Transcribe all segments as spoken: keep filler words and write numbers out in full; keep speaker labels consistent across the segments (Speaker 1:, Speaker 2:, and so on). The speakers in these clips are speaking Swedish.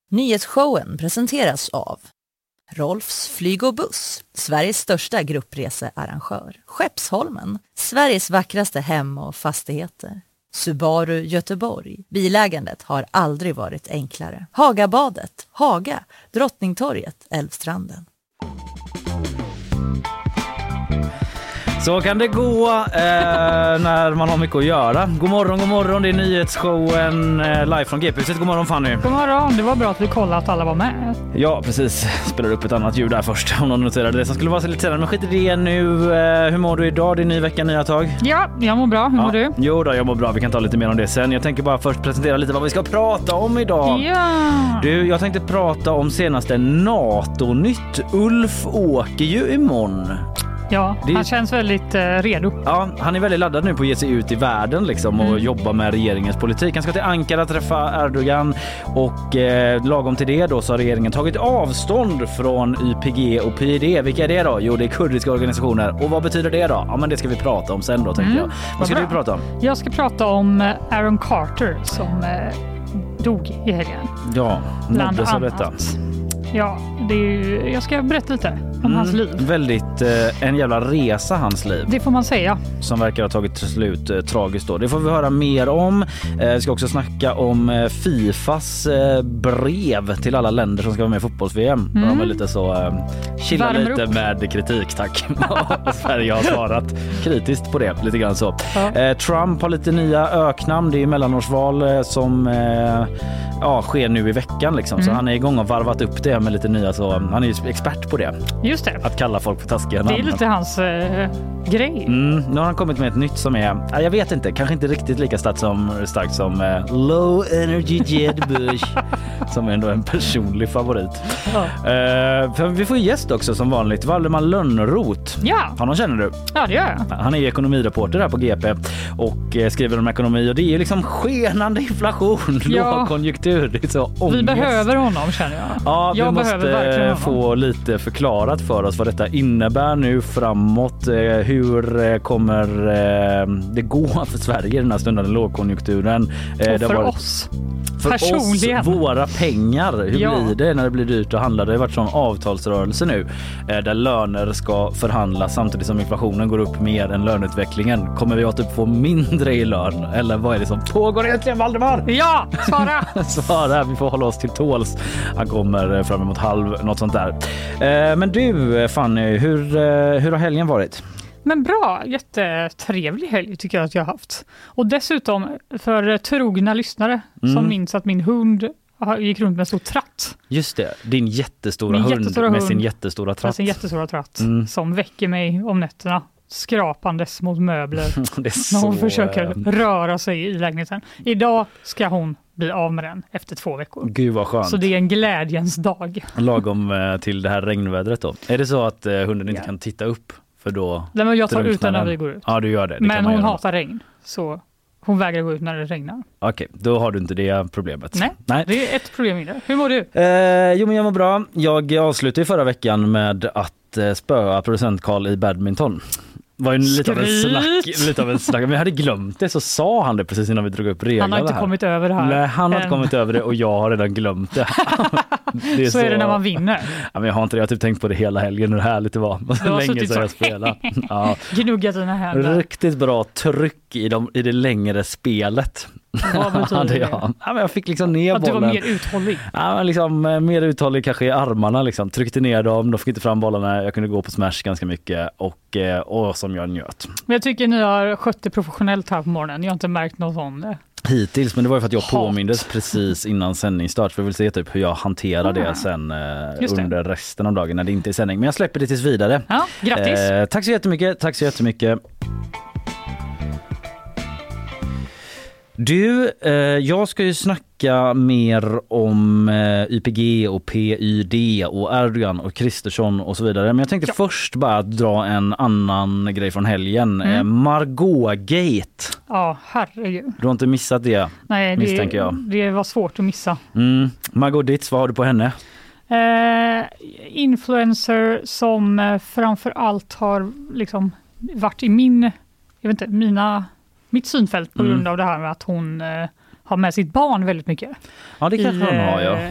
Speaker 1: Nyhetsshowen presenteras av Rolfs flyg och buss, Sveriges största gruppresearrangör. Skeppsholmen, Sveriges vackraste hem och fastigheter. Subaru Göteborg, bilägandet har aldrig varit enklare. Hagabadet, Haga, Drottningtorget, Älvstranden.
Speaker 2: Så kan det gå eh, när man har mycket att göra. God morgon, god morgon. Det är nyhetsshowen eh, live från G P-huset. God morgon Fanny.
Speaker 3: God morgon, det var bra att vi kollade att alla var med.
Speaker 2: Ja, precis. Spelar upp ett annat ljud där först om någon noterade det som skulle vara så lite senare. Men skit i det nu. Eh, hur mår du idag? Det är ny vecka, nya tag.
Speaker 3: Ja, jag mår bra. Hur
Speaker 2: ja.
Speaker 3: mår du?
Speaker 2: Jo då, jag mår bra. Vi kan ta lite mer om det sen. Jag tänker bara först presentera lite vad vi ska prata om idag.
Speaker 3: Ja.
Speaker 2: Du, jag tänkte prata om senaste NATO-nytt. Ulf åker ju imorgon.
Speaker 3: Ja, det... han känns väldigt eh, redo.
Speaker 2: Ja, han är väldigt laddad nu på att ge sig ut i världen liksom, och
Speaker 3: mm.
Speaker 2: jobba med regeringens politik. Han ska till Ankara träffa Erdogan och eh, lagom till det då så har regeringen tagit avstånd från Y P G och P Y D. Vilka är det då? Jo, det är kurdiska organisationer. Och vad betyder det då? Ja, men det ska vi prata om sen då, tänker mm. jag. Vad ska
Speaker 3: bra.
Speaker 2: du prata om?
Speaker 3: Jag ska prata om Aaron Carter som eh, dog i helgen.
Speaker 2: Ja, nåddes av detta.
Speaker 3: Ja, det är ju, jag ska berätta lite om mm, hans liv.
Speaker 2: Väldigt eh, en jävla resa hans liv.
Speaker 3: Det får man säga.
Speaker 2: Som verkar ha tagit till slut eh, tragiskt då. Det får vi höra mer om. Eh, vi ska också snacka om eh, Fifas eh, brev till alla länder som ska vara med i fotbolls-V M. Mm. De är lite så eh, chilla Värmer lite upp. Med kritik, tack. Sverige har svarat kritiskt på det, lite grann så. Ja. Eh, Trump har lite nya öknamn. Det är mellanårsval eh, som eh, ja, sker nu i veckan liksom. Mm. Så han är igång och varvat upp det med lite nya så. Han är ju expert på det.
Speaker 3: Just det.
Speaker 2: Att kalla folk för taskiga namn.
Speaker 3: Det är lite hans eh, grej.
Speaker 2: Mm, nu har han kommit med ett nytt som är, jag vet inte, kanske inte riktigt lika starkt som, starkt som eh, Low Energy Jed Bush som är ändå en personlig favorit. Ja. Eh, för vi får ju gäst också som vanligt, Valdemar Lönnroth.
Speaker 3: Ja.
Speaker 2: Honom känner du?
Speaker 3: Ja, det gör jag.
Speaker 2: Han är ju ekonomireporter här på G P och eh, skriver om ekonomi och det är ju liksom skenande inflation, ja. Lågkonjunktur. Det är så ångest.
Speaker 3: Vi behöver honom, känner jag.
Speaker 2: Ja, vi
Speaker 3: jag
Speaker 2: måste få lite förklarat för oss vad detta innebär nu framåt. Hur kommer det gå för Sverige i den här stundande lågkonjunkturen?
Speaker 3: Och för var... oss.
Speaker 2: För oss, våra pengar. Hur ja. blir det när det blir dyrt att handla? Det har varit sån avtalsrörelse nu där löner ska förhandlas samtidigt som inflationen går upp mer än löneutvecklingen. Kommer vi att typ få mindre i lön? Eller vad är det som pågår egentligen, Valdemar?
Speaker 3: Ja, svara!
Speaker 2: Svara, vi får hålla oss till tåls. Han kommer fram emot halv, något sånt där. Men du, Fanny, hur, hur har helgen varit?
Speaker 3: Men bra, jättetrevlig helg tycker jag att jag har haft. Och dessutom för trogna lyssnare mm. som minns att min hund gick runt med en stor tratt.
Speaker 2: Just det, din jättestora,
Speaker 3: min
Speaker 2: hund,
Speaker 3: jättestora
Speaker 2: med
Speaker 3: hund
Speaker 2: sin jättestora tratt.
Speaker 3: Med sin jättestora tratt mm. som väcker mig om nätterna. Skrapandes mot möbler när hon så... försöker röra sig i lägenheten. Idag ska hon bli av med den efter två veckor.
Speaker 2: Gud vad skönt.
Speaker 3: Så det är en glädjens dag.
Speaker 2: Lagom till det här regnvädret då. Är det så att hunden inte ja. kan titta upp? För då
Speaker 3: Nej, men jag tar ut den när vi går ut.
Speaker 2: Ja, du gör det. det
Speaker 3: men hon hatar regn. Så hon vägrar gå ut när det regnar.
Speaker 2: Okej, då har du inte det problemet.
Speaker 3: Nej, Nej. det är ett problem mindre. Hur mår du?
Speaker 2: Eh, jo, men jag mår bra. Jag avslutade förra veckan med att eh, spöa producent Carl i badminton. Var ju lite av en snack, lite av en snack. Men jag hade glömt det, så sa han det precis innan vi drog upp reglerna.
Speaker 3: Han har inte
Speaker 2: här.
Speaker 3: kommit över det här.
Speaker 2: Nej, han har inte kommit över det och jag har redan glömt det.
Speaker 3: det är så, så är det när man vinner.
Speaker 2: Ja, men jag har inte det. Jag har typ tänkt på det hela helgen, hur härligt det var.
Speaker 3: Du har
Speaker 2: länge sedan jag spelade. Ja.
Speaker 3: Gnuggat dina händer.
Speaker 2: Riktigt bra tryck i, de, i det längre spelet.
Speaker 3: Vad betyder det?
Speaker 2: Ja, men jag fick liksom ner
Speaker 3: att
Speaker 2: bollen.
Speaker 3: Att du var mer uthållig?
Speaker 2: Ja, men liksom mer uthållig kanske i armarna. Liksom. Tryckte ner dem, de fick inte fram bollarna. Jag kunde gå på smash ganska mycket och, och som jag njöt.
Speaker 3: Men jag tycker ni har skött det professionellt här på morgonen. Jag har inte märkt något sånt.
Speaker 2: Hittills, men det var ju för att jag påmindes precis innan sändningsstart. För jag vill se typ hur jag hanterar ah, det sen eh, under resten av dagen när det inte är sändning. Men jag släpper det tills vidare.
Speaker 3: Ja, grattis!
Speaker 2: Eh, tack så jättemycket, tack så jättemycket. Du, eh, jag ska ju snacka mer om eh, Y P G och P Y D och Erdogan och Kristersson och så vidare. Men jag tänkte ja. först bara dra en annan grej från helgen. Mm. Eh, Margaux-gate.
Speaker 3: Ja, herregud.
Speaker 2: Du har inte missat det,
Speaker 3: Nej,
Speaker 2: misstänker
Speaker 3: det,
Speaker 2: jag.
Speaker 3: det var svårt att missa.
Speaker 2: Mm. Margot Ditz, vad har du på henne?
Speaker 3: Eh, influencer som eh, framför allt har liksom varit i min, jag vet inte, mina... mitt synfält på grund mm. av det här med att hon eh, har med sitt barn väldigt mycket.
Speaker 2: Ja, det kanske hon har, ja.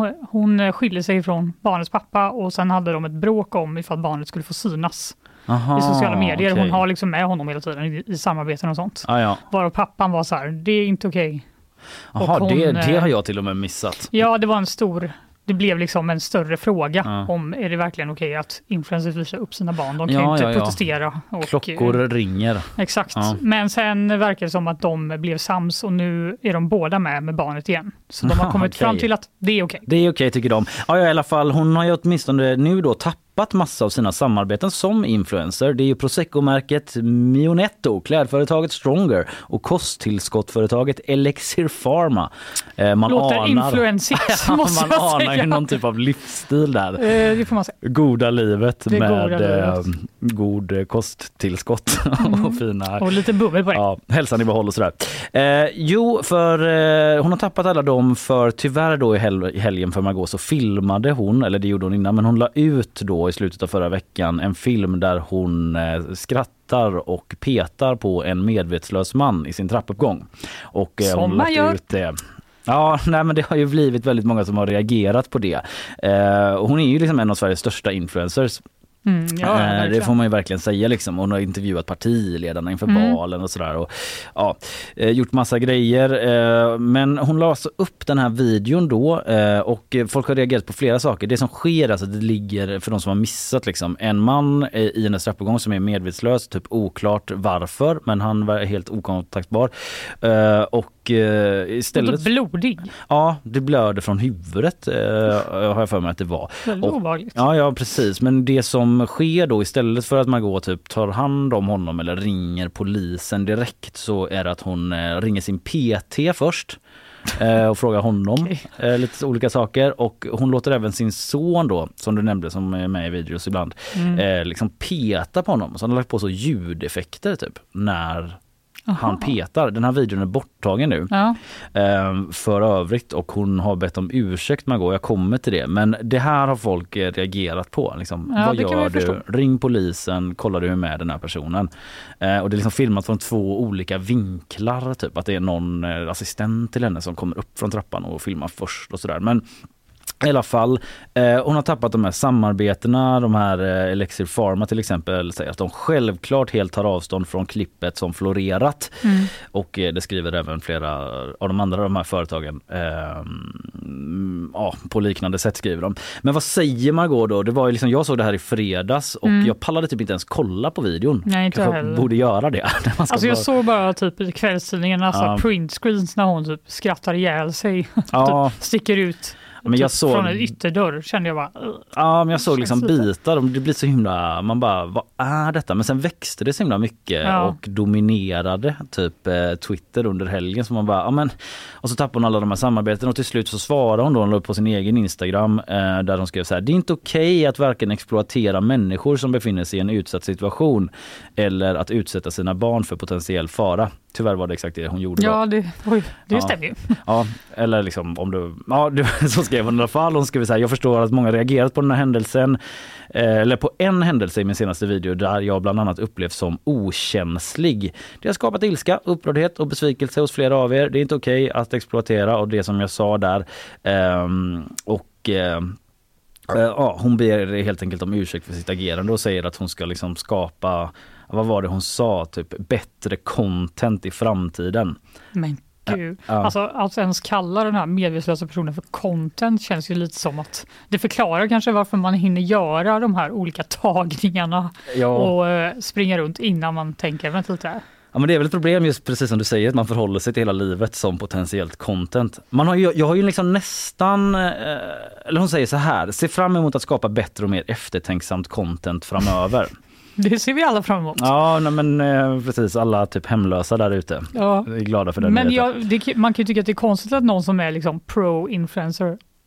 Speaker 3: Hon skiljer sig från barnets pappa och sen hade de ett bråk om ifall barnet skulle få synas. Aha, i sociala medier. Okay. Hon har liksom med honom hela tiden i, i samarbeten och sånt.
Speaker 2: Ah, ja.
Speaker 3: Varav pappan var så här, det är inte okej.
Speaker 2: Jaha, det, det har jag till och med missat.
Speaker 3: Ja, det var en stor... Det blev liksom en större fråga ja. om är det verkligen okej att influencers visar upp sina barn. De kan ja, inte ja, protestera.
Speaker 2: Och, klockor ringer.
Speaker 3: Exakt. Ja. Men sen verkar det som att de blev sams och nu är de båda med med barnet igen. Så de har kommit okay. fram till att det är okej.
Speaker 2: Det är okej tycker de. Ja, i alla fall, hon har ju åtminstone nu då tappat massa av sina samarbeten som influencer. Det är ju Prosecco-märket Mionetto, klädföretaget Stronger och kosttillskottföretaget Elixir Pharma. Eh, man
Speaker 3: Låter
Speaker 2: anar,
Speaker 3: influensigt, måste
Speaker 2: man
Speaker 3: jag
Speaker 2: anar
Speaker 3: säga.
Speaker 2: ju någon typ av livsstil där.
Speaker 3: Eh, det får man säga.
Speaker 2: Goda livet
Speaker 3: det
Speaker 2: med
Speaker 3: goda livet.
Speaker 2: Eh, god kosttillskott mm. och fina...
Speaker 3: Och lite bubbel på det.
Speaker 2: Ja, hälsan i behåll och sådär. Eh, jo, för eh, hon har tappat alla dem för tyvärr då i, hel- i helgen för Margot så filmade hon, eller det gjorde hon innan, men hon la ut då i slutet av förra veckan en film där hon eh, skrattar och petar på en medvetslös man i sin trappuppgång. Och eh,
Speaker 3: hon man gör.
Speaker 2: Ut det. Ja, nej, men det har ju blivit väldigt många som har reagerat på det. Eh, och hon är ju liksom en av Sveriges största influencers.
Speaker 3: Mm, ja,
Speaker 2: eh, det får man ju verkligen säga liksom. Hon har intervjuat partiledarna inför mm. valen och sådär och ja, eh, gjort massa grejer eh, men hon la alltså upp den här videon då eh, och folk har reagerat på flera saker. Det som sker alltså, det ligger för de som har missat liksom, en man eh, i en trappuppgång som är medvetslös, typ oklart varför, men han var helt okontaktbar eh, och istället
Speaker 3: blodig.
Speaker 2: Ja, det blöder från huvudet eh, har jag för mig att det var.
Speaker 3: Väldigt obehagligt.
Speaker 2: Ja, ja, precis. Men det som sker då istället för att Margot typ tar hand om honom eller ringer polisen direkt så är det att hon eh, ringer sin P T först. Eh, och frågar honom okay. eh, lite olika saker och hon låter även sin son då, som du nämnde som är med i videos ibland, mm. eh, liksom peta på honom. Så han har lagt på så ljudeffekter typ när Aha. han petar. Den här videon är borttagen nu
Speaker 3: ja.
Speaker 2: eh, för övrigt och hon har bett om ursäkt Margot, jag kommer till det. Men det här har folk reagerat på. Liksom,
Speaker 3: ja,
Speaker 2: vad
Speaker 3: gör
Speaker 2: du?
Speaker 3: Förstå.
Speaker 2: Ring polisen, kollar du hur med den här personen. Eh, och det är liksom filmat från två olika vinklar typ. Att det är någon eh, assistent till henne som kommer upp från trappan och filmar först och sådär. Men i alla fall, eh, hon har tappat de här samarbetena, de här eh, Elixir Pharma till exempel säger att de självklart helt tar avstånd från klippet som florerat mm. och eh, det skriver även flera av de andra de här företagen eh, ja, på liknande sätt skriver de. Men vad säger Margot då? Det var ju liksom, jag såg det här i fredags och mm. jag pallade typ inte ens kolla på videon.
Speaker 3: Nej, inte
Speaker 2: jag
Speaker 3: heller.
Speaker 2: Borde göra det.
Speaker 3: Alltså jag bara... såg bara typ i kvällstidningen alltså ja. printscreens när hon typ skrattar ihjäl sig
Speaker 2: ja.
Speaker 3: typ sticker ut.
Speaker 2: Men jag såg...
Speaker 3: Från en ytterdörr kände jag bara...
Speaker 2: Ja, men jag såg liksom bitar. Det blir så himla... Man bara, vad är detta? Men sen växte det så himla mycket ja. och dominerade typ eh, Twitter under helgen. Så man bara, ja men... Och så tappade hon alla de här samarbeten och till slut så svarade hon då hon på sin egen Instagram eh, där hon skrev så här: det är inte okej att varken exploatera människor som befinner sig i en utsatt situation eller att utsätta sina barn för potentiell fara. Tyvärr var det exakt det hon gjorde.
Speaker 3: Ja, det, oj, det
Speaker 2: ja.
Speaker 3: stämmer ju.
Speaker 2: Ja, eller liksom om du... Ja, du, så skrev hon i alla fall. Hon skrev så här: jag förstår att många reagerat på den här händelsen. Eh, eller på en händelse i min senaste video där jag bland annat upplevs som okänslig. Det har skapat ilska, upprördhet och besvikelse hos flera av er. Det är inte okej att exploatera och det som jag sa där. Eh, och... Eh, ja, hon ber helt enkelt om ursäkt för sitt agerande och säger att hon ska liksom skapa... Vad var det hon sa? Typ bättre content i framtiden.
Speaker 3: Men gud. Ja. Alltså att ens kalla den här medvetslösa personen för content känns ju lite som att det förklarar kanske varför man hinner göra de här olika tagningarna ja. och uh, springa runt innan man tänker vänta lite här.
Speaker 2: Ja, men det är väl ett problem just precis som du säger att man förhåller sig till hela livet som potentiellt content. Man har ju, jag har ju liksom nästan, eh, eller hon säger så här, se fram emot att skapa bättre och mer eftertänksamt content framöver.
Speaker 3: Det ser vi alla fram emot.
Speaker 2: Ja, nej, men eh, precis. Alla typ hemlösa där ute.
Speaker 3: Ja.
Speaker 2: Jag är glada för den.
Speaker 3: Men jag, det, man kan ju tycka att det är konstigt att någon som är liksom pro-influencer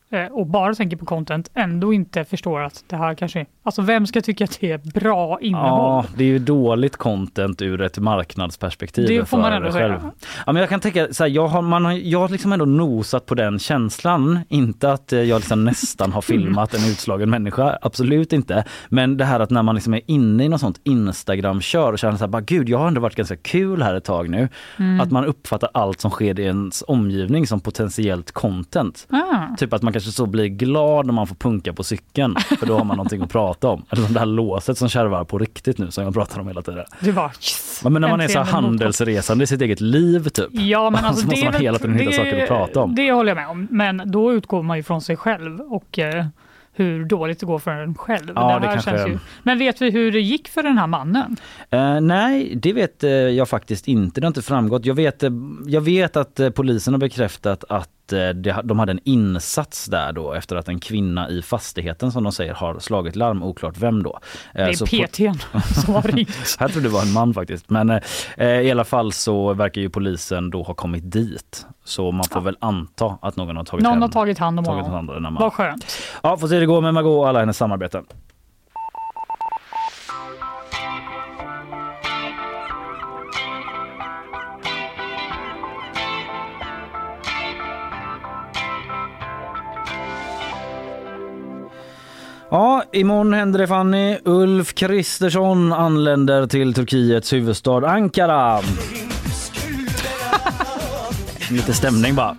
Speaker 3: och bara tänker på content ändå inte förstår att det här kanske är, alltså vem ska tycka att det är bra innehåll?
Speaker 2: Ja, det är ju dåligt content ur ett marknadsperspektiv.
Speaker 3: Det får man ändå
Speaker 2: själv.
Speaker 3: säga.
Speaker 2: Ja, men jag kan tänka så här, jag har, man har, jag har liksom ändå nosat på den känslan. Inte att jag liksom nästan har filmat en utslagen människa, absolut inte. Men det här att när man liksom är inne i något sånt Instagram-kör och känner så här, bara gud, jag har ändå varit ganska kul här ett tag nu. Mm. Att man uppfattar allt som sker i ens omgivning som potentiellt content. Ah. Typ att man kanske så blir glad när man får punka på cykeln, för då har man någonting att prata om. Eller det här låset som kärvar på riktigt nu som jag pratar om hela tiden.
Speaker 3: Det var yes.
Speaker 2: Men när man är så handelsresande i sitt eget liv typ.
Speaker 3: Ja, men alltså
Speaker 2: så måste
Speaker 3: det,
Speaker 2: man hela tiden hitta
Speaker 3: det,
Speaker 2: saker att prata om.
Speaker 3: Det håller jag med om. Men då utgår man ju från sig själv och eh, hur dåligt det går för en själv.
Speaker 2: Ja,
Speaker 3: det här
Speaker 2: det kanske...
Speaker 3: känns ju... Men vet vi hur det gick för den här mannen?
Speaker 2: Uh, nej, det vet uh, jag faktiskt inte. Det har inte framgått. Jag vet, uh, jag vet att uh, polisen har bekräftat att de hade en insats där då efter att en kvinna i fastigheten som de säger har slagit larm, oklart vem då.
Speaker 3: Det är så P T på... som har ringt.
Speaker 2: Jag tror det var en man faktiskt. Men eh, i alla fall så verkar ju polisen då ha kommit dit. Så man får ja. väl anta att någon har tagit,
Speaker 3: någon
Speaker 2: hem,
Speaker 3: har tagit hand om
Speaker 2: tagit
Speaker 3: honom.
Speaker 2: Hand om
Speaker 3: Vad skönt.
Speaker 2: Ja, får se hur det går med Margot och alla hennes samarbeten. Ja, imorgon händer det, Fanny. Ulf Kristersson anländer till Turkiets huvudstad Ankara. Lite stämning bara.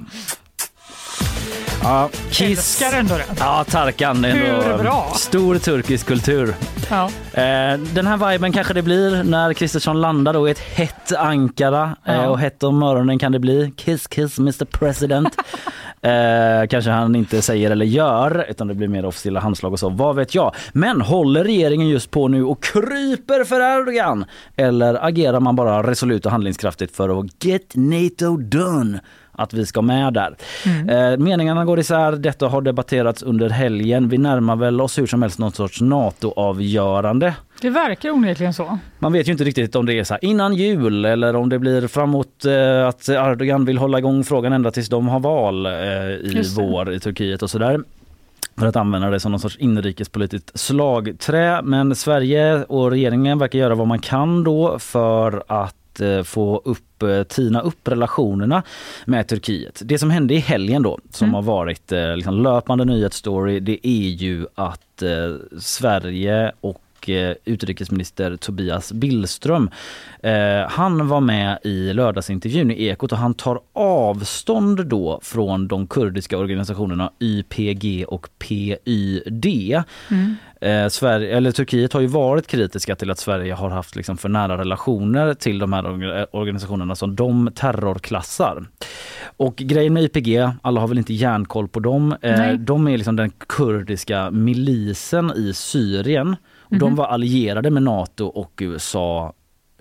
Speaker 2: Ja, Kiss.
Speaker 3: Älskar ändå det.
Speaker 2: Ja, Tarkan. Det är ändå
Speaker 3: bra.
Speaker 2: Stor turkisk kultur.
Speaker 3: Ja.
Speaker 2: Eh, den här viben kanske det blir när Kristersson landar då i ett hett Ankara. Ja. Eh, och hett om morgonen kan det bli. Kiss, kiss, mister President. Eh, kanske han inte säger eller gör, utan det blir mer officiella handslag och så, vad vet jag. Men håller regeringen just på nu och kryper för Erdogan? Eller agerar man bara resolut och handlingskraftigt för att get NATO done? Att vi ska med där. Mm. Eh, meningarna går isär. Detta har debatterats under helgen. Vi närmar väl oss hur som helst någon sorts NATO-avgörande.
Speaker 3: Det verkar onekligen så.
Speaker 2: Man vet ju inte riktigt om det är så här innan jul eller om det blir framåt eh, att Erdogan vill hålla igång frågan ända tills de har val eh, i vår i Turkiet och sådär. För att använda det som någon sorts inrikespolitiskt slagträ. Men Sverige och regeringen verkar göra vad man kan då för att få upp, tina upp relationerna med Turkiet. Det som hände i helgen då, som mm. har varit liksom löpande nyhetsstory, det är ju att eh, Sverige och eh, utrikesminister Tobias Billström, eh, han var med i lördagsintervjun i Ekot och han tar avstånd då från de kurdiska organisationerna Y P G och P Y D. Mm. Eh, Sverige, eller Turkiet har ju varit kritiska till att Sverige har haft liksom för nära relationer till de här organisationerna som de terrorklassar. Och grejen med Y P G, alla har väl inte järnkoll på dem. Eh, de är liksom den kurdiska milisen i Syrien. Och mm-hmm. de var allierade med NATO och U S A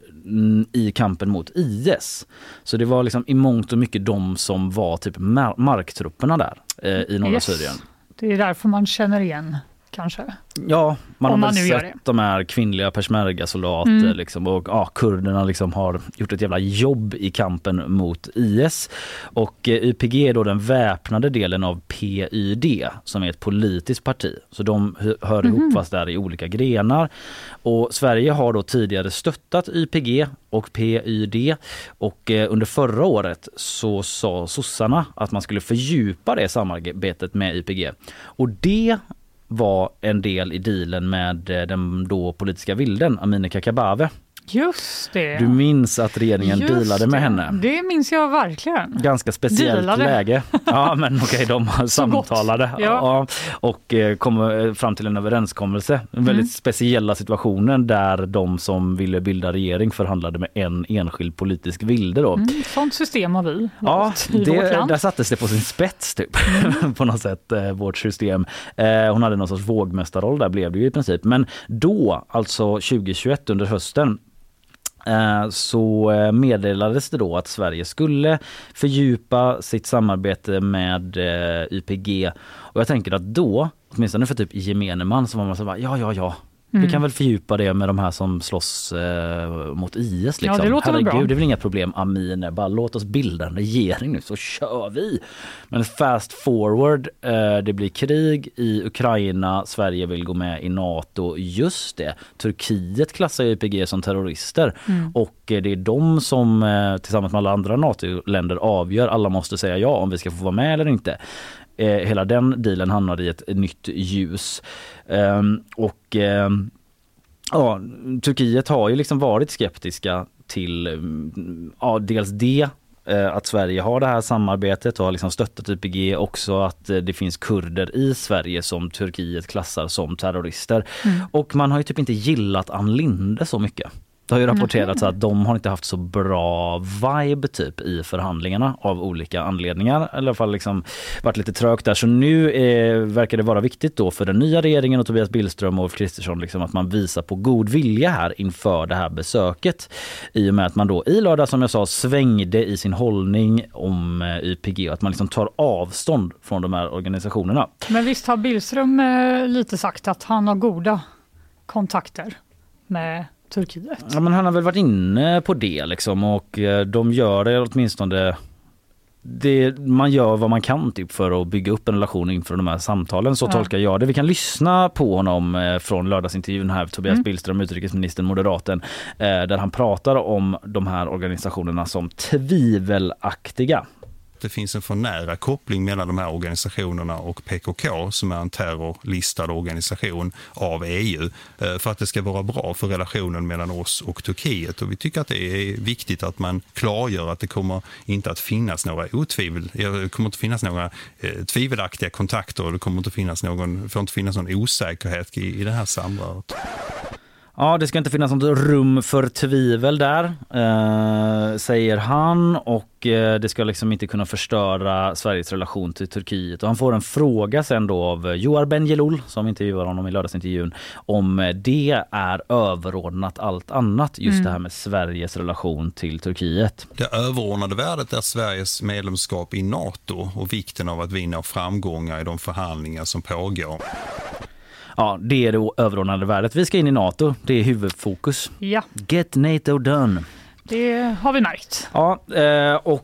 Speaker 2: i kampen mot I S. Så det var liksom i mångt och mycket de som var typ mar- marktrupperna där eh, i norra yes. Syrien.
Speaker 3: Det är därför man känner igen. Kanske.
Speaker 2: Ja, man
Speaker 3: Om
Speaker 2: har
Speaker 3: man
Speaker 2: väl
Speaker 3: nu
Speaker 2: sett
Speaker 3: gör det.
Speaker 2: De här kvinnliga peshmerga-soldater mm. liksom, och ja, kurderna liksom har gjort ett jävla jobb i kampen mot I S. Och eh, Y P G är då den väpnade delen av P Y D som är ett politiskt parti. Så de hör mm. ihop fast där i olika grenar. Och Sverige har då tidigare stöttat Y P G och P Y D och eh, under förra året så sa sossarna att man skulle fördjupa det samarbetet med Y P G. Och det var en del i dealen med den då politiska vilden Amineh Kakabaveh.
Speaker 3: Just det.
Speaker 2: Du minns att regeringen
Speaker 3: Just
Speaker 2: dealade med
Speaker 3: det.
Speaker 2: henne.
Speaker 3: Det minns jag verkligen.
Speaker 2: Ganska speciellt dealade. läge. Ja, men okej, okay, de samtalade ja. Ja, och kom fram till en överenskommelse. En väldigt mm. speciella situationen där de som ville bilda regering förhandlade med en enskild politisk vilde då.
Speaker 3: Mm, sånt system har vi.
Speaker 2: Ja, det, där sattes det på sin spets typ. Mm. på något sätt, eh, vårt system. Eh, hon hade någon sorts vågmästarroll där blev det ju i princip. Men då, alltså tjugohundratjugoett under hösten, så meddelades det då att Sverige skulle fördjupa sitt samarbete med Y P G. Och jag tänker att då, åtminstone för typ gemene man, så var man så bara, ja, ja, ja, Mm. Vi kan väl fördjupa det med de här som slåss eh, mot I S. Liksom.
Speaker 3: Ja, det låter
Speaker 2: Herregud,
Speaker 3: bra.
Speaker 2: Det är väl inga problem, Amine. Bara låt oss bilda en regering nu så kör vi. Men fast forward, eh, det blir krig i Ukraina. Sverige vill gå med i NATO. Just det. Turkiet klassar Y P G som terrorister. Mm. Och eh, det är de som eh, tillsammans med alla andra NATO-länder avgör. Alla måste säga ja om vi ska få vara med eller inte. Eh, hela den dealen hamnar i ett nytt ljus. Um, och um, ja, Turkiet har ju liksom varit skeptiska till um, ja, dels det uh, att Sverige har det här samarbetet och har liksom stöttat Y P G, också att uh, det finns kurder i Sverige som Turkiet klassar som terrorister. Mm. Och man har ju typ inte gillat Ann Linde så mycket. Det har ju rapporterats att de har inte haft så bra vibe typ i förhandlingarna av olika anledningar. Eller i alla fall liksom varit lite trögt där. Så nu eh, verkar det vara viktigt då för den nya regeringen och Tobias Billström och Ulf Kristersson liksom att man visar på god vilja här inför det här besöket. I och med att man då i lördag, som jag sa, svängde i sin hållning om eh, Y P G och att man liksom tar avstånd från de här organisationerna.
Speaker 3: Men visst har Billström eh, lite sagt att han har goda kontakter med Turkiet.
Speaker 2: Ja, men han har väl varit inne på det liksom, och de gör det åtminstone det, man gör vad man kan typ för att bygga upp en relation inför de här samtalen, så ja. Tolkar jag det. Vi kan lyssna på honom från lördagsintervjun här, Tobias mm. Billström, utrikesministern, moderaten, där han pratar om de här organisationerna som tvivelaktiga.
Speaker 4: Det finns en för nära koppling mellan de här organisationerna och P K K, som är en terrorlistad organisation av E U, för att det ska vara bra för relationen mellan oss och Turkiet. Och vi tycker att det är viktigt att man klargör att det kommer inte att finnas några otvivel, det kommer inte finnas några eh, tvivelaktiga kontakter, och det kommer inte finnas någon, får inte finnas någon osäkerhet i, i det här samröret.
Speaker 2: Ja, det ska inte finnas något rum för tvivel där, eh, säger han, och eh, det ska liksom inte kunna förstöra Sveriges relation till Turkiet. Och han får en fråga sen då av Joar Benjelloul, som intervjuar honom i lördagsintervjun, om det är överordnat allt annat, just mm. det här med Sveriges relation till Turkiet.
Speaker 4: Det överordnade värdet är Sveriges medlemskap i NATO och vikten av att vi når framgångar i de förhandlingar som pågår.
Speaker 2: Ja, det är det överordnade värdet. Vi ska in i NATO. Det är huvudfokus.
Speaker 3: Ja.
Speaker 2: Get NATO done.
Speaker 3: Det har vi märkt.
Speaker 2: Ja, och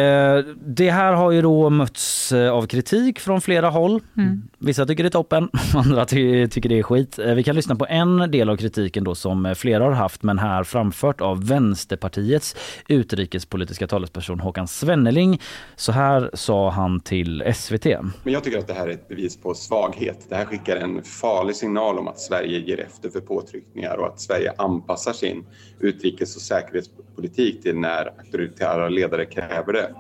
Speaker 2: det här har ju då mötts av kritik från flera håll. Mm. Vissa tycker det är toppen, andra ty- tycker det är skit. Vi kan lyssna på en del av kritiken då som flera har haft, men här framfört av Vänsterpartiets utrikespolitiska talesperson Håkan Svenneling. Så här sa han till S V T.
Speaker 5: Men jag tycker att det här är ett bevis på svaghet. Det här skickar en farlig signal om att Sverige ger efter för påtryckningar och att Sverige anpassar sin utrikes- och säkerhetspolitik till när auktoritära ledare kräver det.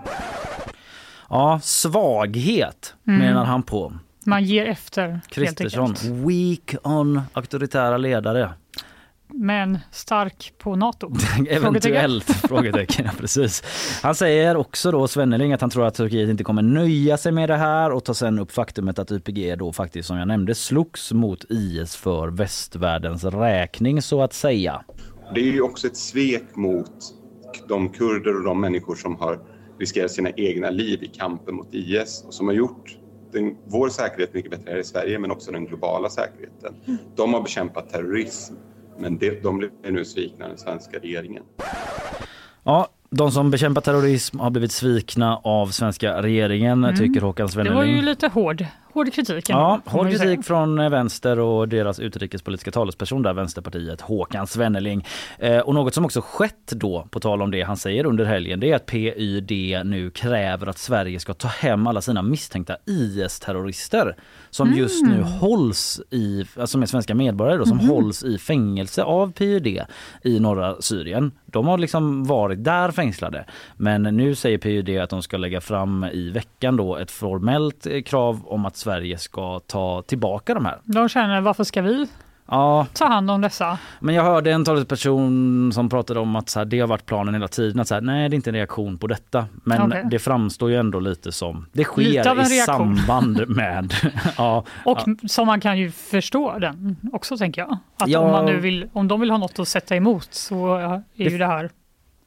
Speaker 2: Ja, svaghet mm. menar han på.
Speaker 3: Man ger efter.
Speaker 2: Kristersson, weak on auktoritära ledare.
Speaker 3: Men stark på NATO.
Speaker 2: Eventuellt, frågetecken, ja, precis. Han säger också då, Svenneling, att han tror att Turkiet inte kommer nöja sig med det här och tar sen upp faktumet att Y P G då faktiskt, som jag nämnde, slogs mot I S för västvärldens räkning, så att säga.
Speaker 5: Det är ju också ett svek mot de kurder och de människor som har riskerat sina egna liv i kampen mot I S och som har gjort den, vår säkerhet mycket bättre här i Sverige, men också den globala säkerheten. De har bekämpat terrorism, men det, de blir nu svikna den svenska regeringen.
Speaker 2: Ja, de som bekämpar terrorism har blivit svikna av svenska regeringen, mm. tycker Håkan Svenneling.
Speaker 3: Det var ju lite hård, hård kritik.
Speaker 2: Ja, hård kritik från vänster och deras utrikespolitiska talesperson där, Vänsterpartiet, Håkan Svenneling. Eh, och något som också skett då, på tal om det han säger under helgen, det är att P Y D nu kräver att Sverige ska ta hem alla sina misstänkta I S-terrorister som mm. just nu hålls i, alltså med svenska medborgare då, som mm. hålls i fängelse av P Y D i norra Syrien. De har liksom varit där fängslade. Men nu säger P Y D att de ska lägga fram i veckan då ett formellt krav om att Sverige ska ta tillbaka de här.
Speaker 3: De känner, varför ska vi
Speaker 2: ja.
Speaker 3: ta hand om dessa?
Speaker 2: Men jag hörde en talesperson som pratade om att så här, det har varit planen hela tiden. Att så här, nej, det är inte en reaktion på detta. Men okay. det framstår ju ändå lite som, det sker i samband med. ja,
Speaker 3: och
Speaker 2: ja.
Speaker 3: som man kan ju förstå den också, tänker jag. Att
Speaker 2: ja.
Speaker 3: om, man nu vill, om de vill ha något att sätta emot, så är
Speaker 2: det,
Speaker 3: ju det här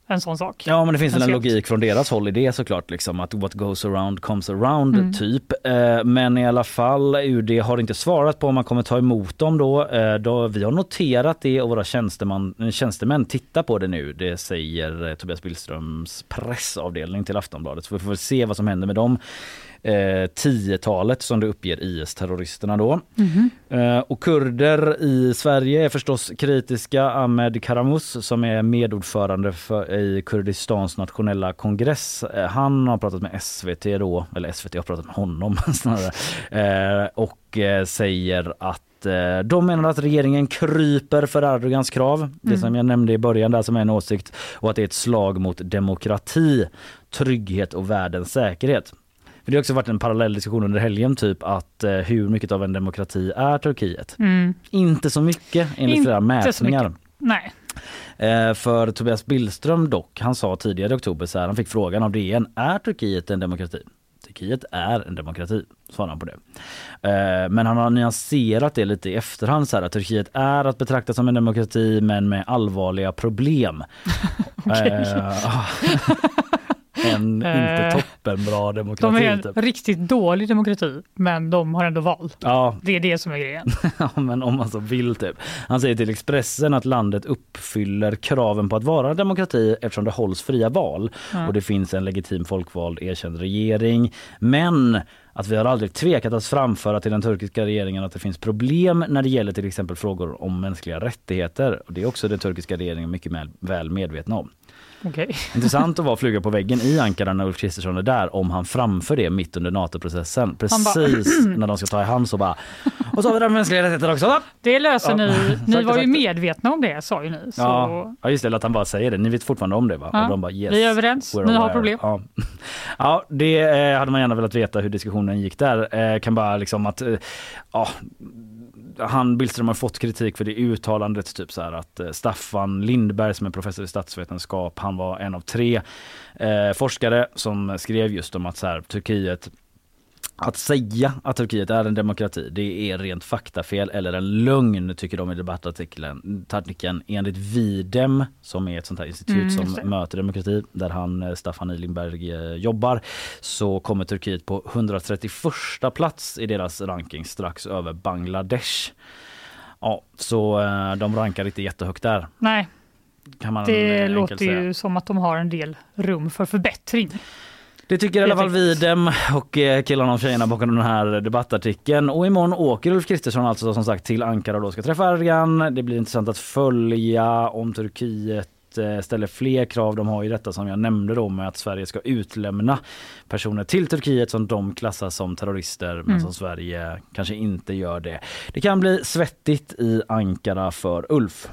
Speaker 3: en sån sak.
Speaker 2: Ja, men det finns en logik från deras håll i det såklart, liksom, att what goes around comes around mm. typ. Eh, men i alla fall, U D har inte svarat på om man kommer ta emot dem då. Eh, då vi har noterat det och våra tjänsteman, tjänstemän tittar på det nu. Det säger eh, Tobias Billströms pressavdelning till Aftonbladet. Så vi får väl se vad som händer med dem. Eh, tiotalet som det uppger I S-terroristerna då. Mm-hmm. Eh, och kurder i Sverige är förstås kritiska. Ahmed Karamus som är medordförande för, i Kurdistans nationella kongress. Eh, han har pratat med S V T då, eller S V T har pratat med honom snarare. Eh, och eh, säger att eh, de menar att regeringen kryper för Erdogans krav. Mm. Det som jag nämnde i början där som är en åsikt. Och att det är ett slag mot demokrati, trygghet och världens säkerhet. För det har också varit en parallell diskussion under helgen typ att eh, hur mycket av en demokrati är Turkiet? Mm. Inte så mycket enligt Inte flera mätningar.
Speaker 3: Nej.
Speaker 2: Eh, för Tobias Billström dock, han sa tidigare i oktober så här, han fick frågan av D N, är Turkiet en demokrati? Turkiet är en demokrati, svarade han på det. Eh, men han har nyanserat det lite i efterhand så här, att Turkiet är att betrakta som en demokrati men med allvarliga problem. eh, En inte toppenbra demokrati.
Speaker 3: De är en
Speaker 2: typ.
Speaker 3: riktigt dålig demokrati, men de har ändå val.
Speaker 2: Ja.
Speaker 3: Det är det som är grejen.
Speaker 2: Ja, men om man så vill typ. Han säger till Expressen att landet uppfyller kraven på att vara demokrati eftersom det hålls fria val. Ja. Och det finns en legitim folkvald erkänd regering. Men att vi har aldrig tvekat att framföra till den turkiska regeringen att det finns problem när det gäller till exempel frågor om mänskliga rättigheter. Och det är också den turkiska regeringen mycket väl medvetna om.
Speaker 3: Okay.
Speaker 2: Intressant att vara flyga på väggen i Ankara när Ulf Kristersson är där om han framför det mitt under NATO-processen. Precis bara, när de ska ta i hand så bara och så har vi den mänskliga rättigheter också. Då.
Speaker 3: Det löser ja. ni. Ni var ju medvetna om det, sa ju ni. Så...
Speaker 2: Ja. ja, just det, att han bara säger det. Ni vet fortfarande om det va?
Speaker 3: Ja.
Speaker 2: Och de bara, yes,
Speaker 3: vi är överens, ni
Speaker 2: aware.
Speaker 3: har problem.
Speaker 2: Ja, ja det eh, hade man gärna velat veta hur diskussionen gick där. Eh, kan bara liksom att eh, ja... Han Billström har fått kritik för det uttalandet typ så här att Staffan Lindberg som är professor i statsvetenskap, han var en av tre eh, forskare som skrev just om att så här, Turkiet att säga att Turkiet är en demokrati, det är rent faktafel eller en lögn tycker de i debattartikeln. Artikeln enligt Videm som är ett sånt här institut mm, som möter demokrati där han Staffan Lindberg jobbar, så kommer Turkiet på etthundratrettioförsta plats i deras ranking strax över Bangladesh. Ja, så de rankar inte jättehögt där.
Speaker 3: Nej,
Speaker 2: kan man
Speaker 3: det låter säga. Ju som att de har en del rum för förbättring.
Speaker 2: Det tycker i alla fall Videm och killarna och tjejerna bakom den här debattartikeln. Och imorgon åker Ulf Kristersson alltså som sagt till Ankara och då ska träffa Erdogan. Det blir intressant att följa om Turkiet ställer fler krav. De har ju detta som jag nämnde då med att Sverige ska utlämna personer till Turkiet som de klassas som terrorister men mm. som Sverige kanske inte gör det. Det kan bli svettigt i Ankara för Ulf.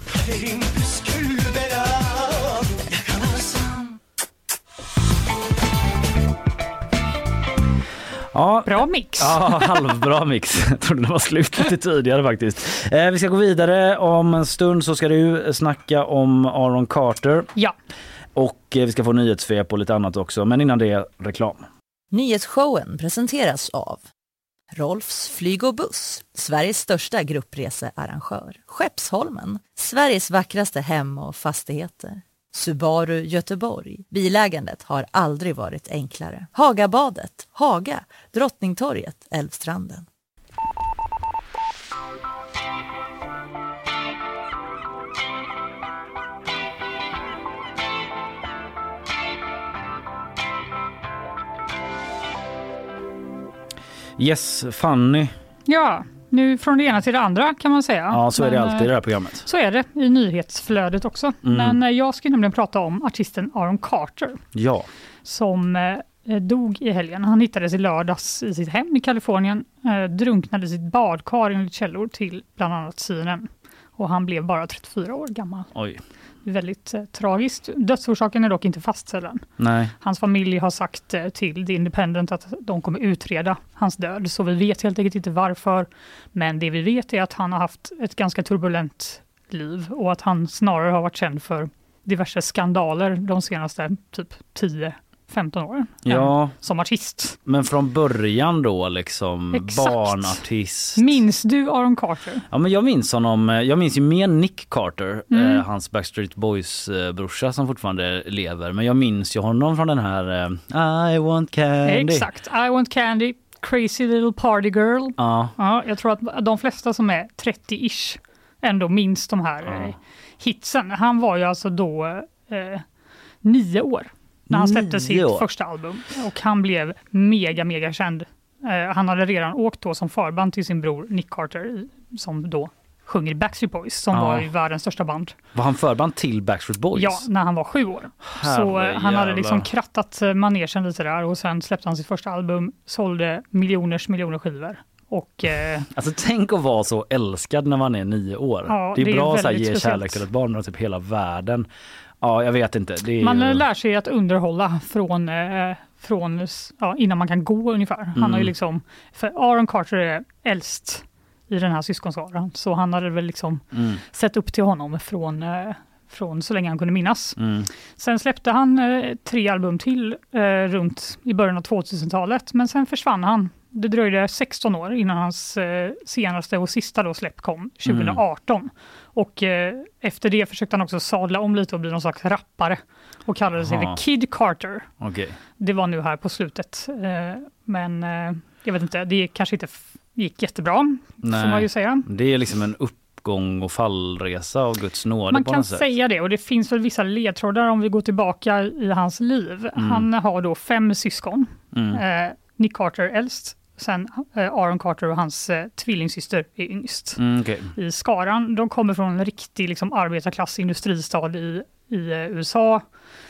Speaker 2: Ja,
Speaker 3: bra mix.
Speaker 2: Ja, halvbra mix. Jag trodde det var slut lite tidigare faktiskt. Eh, vi ska gå vidare. Om en stund så ska du snacka om Aaron Carter.
Speaker 3: Ja.
Speaker 2: Och eh, vi ska få nyhetssvep och lite annat också. Men innan det, reklam.
Speaker 1: Nyhetsshowen presenteras av Rolfs flyg och buss, Sveriges största gruppresearrangör. Skeppsholmen, Sveriges vackraste hem och fastigheter. Subaru Göteborg. Bilägandet har aldrig varit enklare. Hagabadet, Haga, Drottningtorget, Älvstranden.
Speaker 2: Yes, Fanny.
Speaker 3: Ja. Nu från det ena till det andra kan man säga.
Speaker 2: Ja, så är det Men, alltid i det här programmet.
Speaker 3: Så är det i nyhetsflödet också. Mm. Men jag ska nämligen prata om artisten Aaron Carter.
Speaker 2: Ja.
Speaker 3: Som eh, dog i helgen. Han hittades i lördags i sitt hem i Kalifornien. Eh, drunknade i sitt badkar enligt källor till bland annat C N N. Och han blev bara trettiofyra år gammal.
Speaker 2: Oj.
Speaker 3: Väldigt eh, tragiskt. Dödsorsaken är dock inte fastställd.
Speaker 2: Nej.
Speaker 3: Hans familj har sagt eh, till The Independent att de kommer utreda hans död. Så vi vet helt enkelt inte varför. Men det vi vet är att han har haft ett ganska turbulent liv. Och att han snarare har varit känd för diverse skandaler de senaste typ tio femton år
Speaker 2: ja.
Speaker 3: som artist.
Speaker 2: Men från början då liksom
Speaker 3: Exakt.
Speaker 2: Barnartist.
Speaker 3: Minns du Aaron Carter?
Speaker 2: Ja, men jag minns honom. Jag minns ju mer Nick Carter,
Speaker 3: Mm.
Speaker 2: eh, hans Backstreet Boys eh, brorsa som fortfarande lever. Men jag minns ju honom från den här eh, I want candy.
Speaker 3: Exakt, I want candy, crazy little party girl.
Speaker 2: Ja.
Speaker 3: Ja, jag tror att de flesta som är trettio-ish ändå minns de här
Speaker 2: Ja.
Speaker 3: eh, hitsen. Han var ju alltså då eh, nio år när han släppte
Speaker 2: Nio
Speaker 3: sitt
Speaker 2: år.
Speaker 3: första album. Och han blev mega, mega känd. Eh, han hade redan åkt då som förband till sin bror Nick Carter i, som då sjunger i Backstreet Boys som
Speaker 2: Ja.
Speaker 3: var ju världens största band.
Speaker 2: Var han förband till Backstreet Boys?
Speaker 3: Ja, när han var sju år. Så eh, han hade liksom krattat eh, manegen lite där och sen släppte han sitt första album, sålde miljoners miljoner skivor. Och, eh,
Speaker 2: Alltså tänk att vara så älskad när man är nio år.
Speaker 3: Ja,
Speaker 2: det är
Speaker 3: det är
Speaker 2: bra att
Speaker 3: väldigt
Speaker 2: ge
Speaker 3: speciellt.
Speaker 2: kärlek till ett barn och typ hela världen. Ja, jag vet inte. Det är
Speaker 3: man
Speaker 2: ju...
Speaker 3: lär sig att underhålla från, eh, från ja, innan man kan gå ungefär. Han
Speaker 2: Mm.
Speaker 3: har ju liksom, för Aaron Carter är äldst i den här syskonskaran, så han hade väl liksom
Speaker 2: Mm.
Speaker 3: sett upp till honom från, eh, från så länge han kunde minnas.
Speaker 2: Mm.
Speaker 3: Sen släppte han eh, tre album till eh, runt i början av tvåtusentalet, men sen försvann han. Det dröjde sexton år innan hans eh, senaste och sista då släpp kom, tjugoarton. Mm. Och eh, efter det försökte han också sadla om lite och bli någon slags rappare och kallade sig
Speaker 2: Aha.
Speaker 3: för Kid Carter.
Speaker 2: Okay.
Speaker 3: Det var nu här på slutet. Eh, men eh, jag vet inte, det kanske inte f- gick jättebra,
Speaker 2: Nej.
Speaker 3: får man ju säga.
Speaker 2: Det är liksom en uppgång och fallresa av Guds nåde
Speaker 3: Man
Speaker 2: på
Speaker 3: kan
Speaker 2: något sätt.
Speaker 3: säga det, och det finns väl vissa ledtrådar om vi går tillbaka i hans liv.
Speaker 2: Mm.
Speaker 3: Han har då fem syskon.
Speaker 2: Mm.
Speaker 3: Eh, Nick Carter äldst, sen eh, Aaron Carter och hans eh, tvillingsyster är yngst.
Speaker 2: Mm, okay.
Speaker 3: I skaran, de kommer från en riktig liksom, arbetarklass industristad i, i eh, U S A.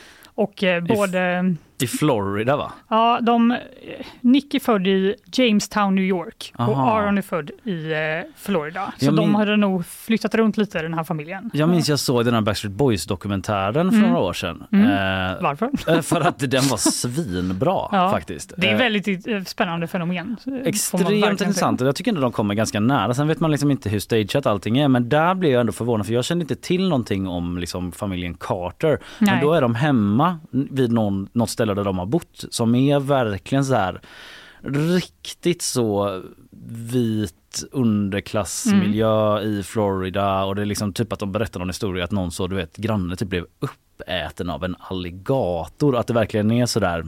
Speaker 3: Och eh, både...
Speaker 2: I Florida va?
Speaker 3: Ja, de, Nick är född i Jamestown, New York.
Speaker 2: Aha.
Speaker 3: Och Aaron är född i eh, Florida. Så
Speaker 2: Jag
Speaker 3: de
Speaker 2: min-
Speaker 3: hade nog flyttat runt lite, den här familjen.
Speaker 2: Jag minns jag såg den här Backstreet Boys-dokumentären för
Speaker 3: Mm.
Speaker 2: några år sedan.
Speaker 3: Mm.
Speaker 2: Eh,
Speaker 3: Varför?
Speaker 2: eh, för att den var svinbra
Speaker 3: Ja,
Speaker 2: faktiskt.
Speaker 3: Det är
Speaker 2: Eh,
Speaker 3: väldigt eh, spännande fenomen. får man verkligen
Speaker 2: Extremt
Speaker 3: säga.
Speaker 2: intressant och jag tycker ändå de kommer ganska nära. Sen vet man liksom inte hur stageat allting är, men där blev jag ändå förvånad för jag kände inte till någonting om liksom familjen Carter.
Speaker 3: Nej.
Speaker 2: Men då är de hemma vid någon, något ställe där de har bott som är verkligen så här riktigt så vit underklassmiljö
Speaker 3: Mm.
Speaker 2: i Florida och det är liksom typ att de berättar någon historia att någon så du vet grannen typ blev uppäten av en alligator, att det verkligen är så där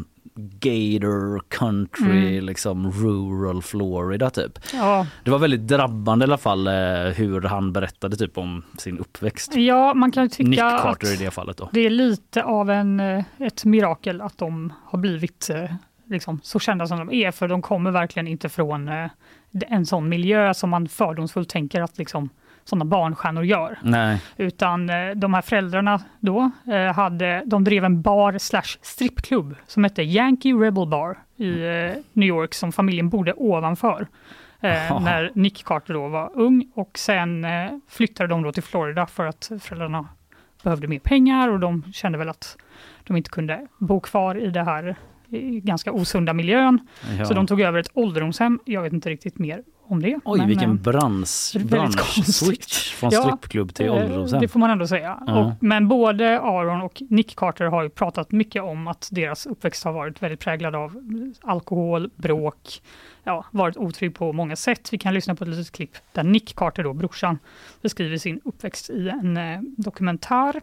Speaker 2: gator country,
Speaker 3: Mm.
Speaker 2: liksom rural Florida typ.
Speaker 3: Ja.
Speaker 2: Det var väldigt drabbande i alla fall eh, hur han berättade typ om sin uppväxt.
Speaker 3: ja, man kan ju tycka
Speaker 2: Nick
Speaker 3: att
Speaker 2: Carter i det fallet då.
Speaker 3: det är lite av en, eh, ett mirakel att de har blivit eh, liksom, så kända som de är, för de kommer verkligen inte från eh, en sån miljö som man fördomsfullt tänker att liksom, sådana barnstjärnor gör.
Speaker 2: Nej.
Speaker 3: Utan eh, de här föräldrarna då eh, hade, de drev en bar slash strippklubb som hette Yankee Rebel Bar i eh, New York som familjen bodde ovanför. Eh,
Speaker 2: Aha.
Speaker 3: när Nick Carter då var ung, och sen eh, flyttade de då till Florida för att föräldrarna behövde mer pengar och de kände väl att de inte kunde bo kvar i det här i ganska osunda miljön.
Speaker 2: Ja.
Speaker 3: Så de tog över ett ålderdomshem. Jag vet inte riktigt mer om det.
Speaker 2: Oj,
Speaker 3: men,
Speaker 2: vilken
Speaker 3: eh,
Speaker 2: bransch,
Speaker 3: väldigt
Speaker 2: bransch-switch från
Speaker 3: Ja,
Speaker 2: strippklubb till
Speaker 3: Eh,
Speaker 2: ålderdomshem.
Speaker 3: Det får man ändå säga.
Speaker 2: Ja.
Speaker 3: Och, men både Aaron och Nick Carter har ju pratat mycket om att deras uppväxt har varit väldigt präglad av alkohol, bråk, ja, varit otrygg på många sätt. Vi kan lyssna på ett litet klipp där Nick Carter, då, brorsan, beskriver sin uppväxt i en eh, dokumentär.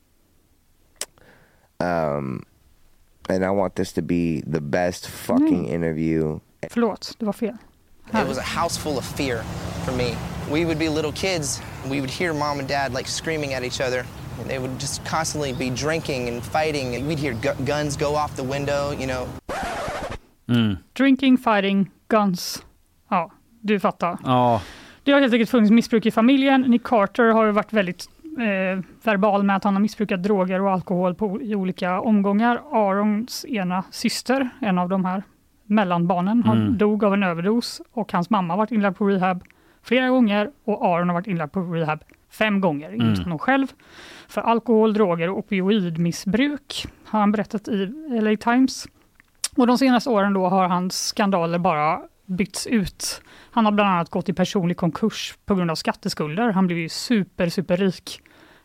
Speaker 6: Um, and I want this to be the best fucking interview.
Speaker 3: Förlåt, det var fel.
Speaker 7: It was a house full of fear for me. We would be little kids. We would hear mom and dad like screaming at each other. And they would just constantly be drinking and fighting. And we'd hear gu- guns go off the window, you know.
Speaker 2: Mm.
Speaker 3: Drinking, fighting, guns. Ja, du fattar.
Speaker 2: Ja,
Speaker 3: Det har helt enkelt funnits missbruk i familjen. Nick Carter har ju varit väldigt eh, verbal med att han har missbrukat droger och alkohol på, i olika omgångar. Aarons ena syster, en av de här mellanbarnen, han
Speaker 2: Mm.
Speaker 3: dog av en överdos och hans mamma har varit inlagd på rehab flera gånger och Aaron har varit inlagd på rehab fem gånger, enligt
Speaker 2: Mm.
Speaker 3: honom själv. För alkohol, droger och opioidmissbruk har han berättat i L A Times. Och de senaste åren då har hans skandaler bara bytts ut. Han har bland annat gått i personlig konkurs på grund av skatteskulder. Han blev ju super, super rik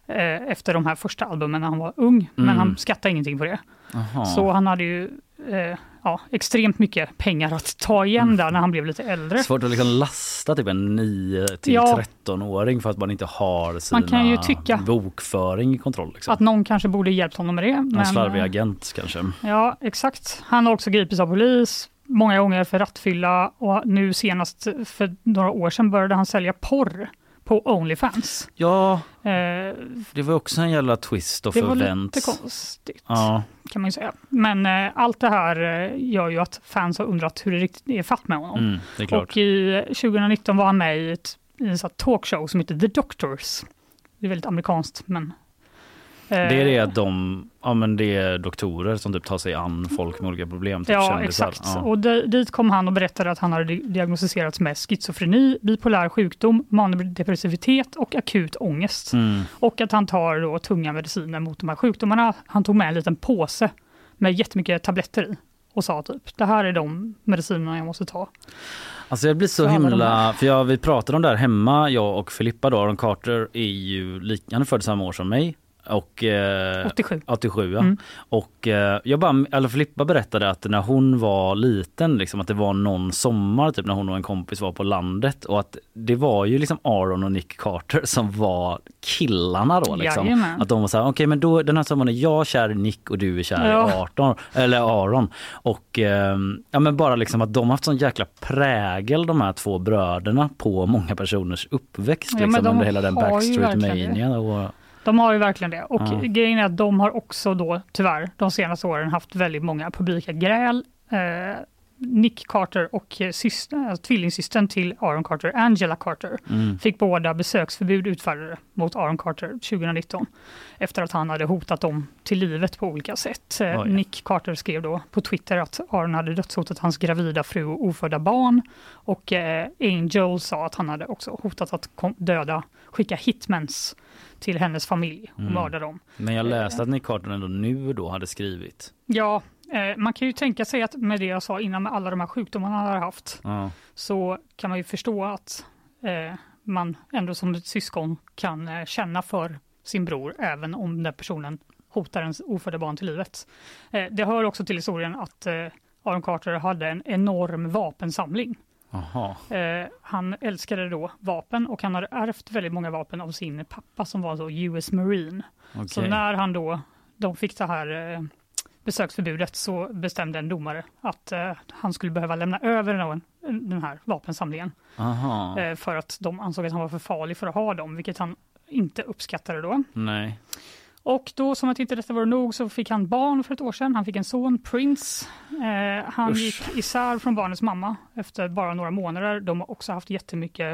Speaker 3: eh, efter de här första albumen när han var ung. Mm. Men han skattade ingenting på det. Aha. Så han hade ju eh, ja, extremt mycket pengar att ta igen mm. där när han blev lite äldre.
Speaker 2: Svårt att liksom lasta typ en nio till tretton-åring för att man inte har sina
Speaker 3: man kan ju tycka
Speaker 2: bokföring i kontroll. Liksom.
Speaker 3: Att någon kanske borde hjälpt honom med det.
Speaker 2: En
Speaker 3: men,
Speaker 2: slarvig agent kanske.
Speaker 3: Ja, exakt. Han har också gripits av polis många gånger för rattfylla och nu senast för några år sedan började han sälja porr på OnlyFans.
Speaker 2: Ja, eh, det var också en jävla twist och förvänt.
Speaker 3: Det var lite konstigt,
Speaker 2: ja.
Speaker 3: kan man ju säga. Men eh, allt det här eh, gör ju att fans har undrat hur det riktigt är fatt med honom.
Speaker 2: Mm, det är klart.
Speaker 3: Och i tjugonitton var han med i, ett, i en sån talkshow som heter The Doctors. Det är väldigt amerikanskt, men...
Speaker 2: Det är det att de, ja men det är doktorer som typ tar sig an folk med olika problem. Typ
Speaker 3: ja, exakt. Ja. Och d- dit kom han och berättade att han hade diagnostiserats med schizofreni, bipolär sjukdom, manodepressivitet och akut ångest. Mm. Och att han tar då tunga mediciner mot de här sjukdomarna. Han tog med en liten påse med jättemycket tabletter i och sa typ, det här är de medicinerna jag måste ta.
Speaker 2: Alltså jag blir så himla, för jag, vi pratade om det här hemma, jag och Filippa då, Aaron Carter är ju lika, han är född samma år som mig. Och, eh,
Speaker 3: åttiosju.
Speaker 2: åttiosju ja.
Speaker 3: Mm.
Speaker 2: Och eh, jag bara, eller Filippa berättade att när hon var liten liksom, att det var någon sommar typ när hon och en kompis var på landet och att det var ju liksom Aaron och Nick Carter som var killarna då liksom.
Speaker 3: Jajamän.
Speaker 2: Att de var så här, okej okay, men då den här sommaren är jag kär i Nick och du är kär
Speaker 3: ja.
Speaker 2: i arton eller Aaron och eh, ja men bara liksom att de har haft sån jäkla prägel de här två bröderna på många personers uppväxt
Speaker 3: ja,
Speaker 2: liksom,
Speaker 3: de
Speaker 2: under hela den Backstreet-mania och
Speaker 3: de har ju verkligen det. Och
Speaker 2: ja.
Speaker 3: grejen är att de har också då tyvärr de senaste åren haft väldigt många publika gräl. Eh, Nick Carter och syster, tvillingsystern till Aaron Carter, Angela Carter, mm. fick båda besöksförbud utfärdade mot Aaron Carter tjugonitton efter att han hade hotat dem till livet på olika sätt. Eh,
Speaker 2: oh, ja.
Speaker 3: Nick Carter skrev då på Twitter att Aaron hade dödshotat hans gravida fru och ofödda barn och eh, Angel sa att han hade också hotat att döda, skicka hitmans till hennes familj och mm. mörda dem.
Speaker 2: Men jag läste att Nick Carter ändå nu då hade skrivit.
Speaker 3: Ja, eh, man kan ju tänka sig att med det jag sa innan med alla de här sjukdomarna han har haft
Speaker 2: ja.
Speaker 3: så kan man ju förstå att eh, man ändå som ett syskon kan eh, känna för sin bror även om den personen hotar ens ofödda barn till livet. Eh, det hör också till historien att eh, Aaron Carter hade en enorm vapensamling.
Speaker 2: Aha.
Speaker 3: Eh, han älskade då vapen och han hade ärvt väldigt många vapen av sin pappa som var så U S Marine.
Speaker 2: Okay.
Speaker 3: Så när han då de fick det här eh, besöksförbudet så bestämde en domare att eh, han skulle behöva lämna över någon, den här vapensamlingen.
Speaker 2: Aha.
Speaker 3: Eh, för att de ansåg att han var för farlig för att ha dem, vilket han inte uppskattade då.
Speaker 2: Nej.
Speaker 3: Och då som att inte detta var nog så fick han barn för ett år sedan. Han fick en son, Prince. Eh, han Usch. gick isär från barnets mamma efter bara några månader. De har också haft jättemycket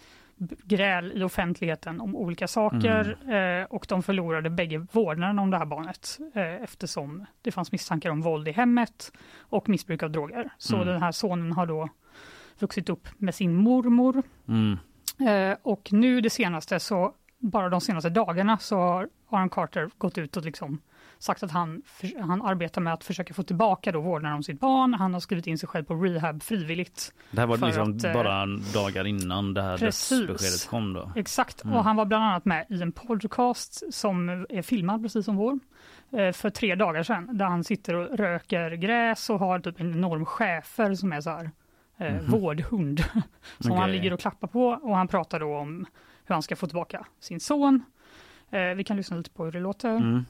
Speaker 3: gräl i offentligheten om olika saker. Mm. Eh, och de förlorade bägge vårdnaden om det här barnet. Eh, eftersom det fanns misstankar om våld i hemmet och missbruk av droger. Så mm. den här sonen har då vuxit upp med sin mormor.
Speaker 2: Mm.
Speaker 3: Eh, och nu det senaste så bara de senaste dagarna så har Aaron Carter gått ut och liksom sagt att han, han arbetar med att försöka få tillbaka då vårdnaden om sitt barn. Han har skrivit in sig själv på rehab frivilligt.
Speaker 2: Det här var liksom
Speaker 3: att,
Speaker 2: bara dagar innan det här dödsbeskedet kom då.
Speaker 3: Exakt,
Speaker 2: mm.
Speaker 3: och han var bland annat med i en podcast som är filmad precis som vår för tre dagar sedan. Där han sitter och röker gräs och har typ en enorm schäfer som är så här eh, mm. vårdhund som okay. han ligger och klappar på. Och han pratar då om hur han ska få tillbaka sin son. Eh, vi kan lyssna lite på hur det låter.
Speaker 2: Mm.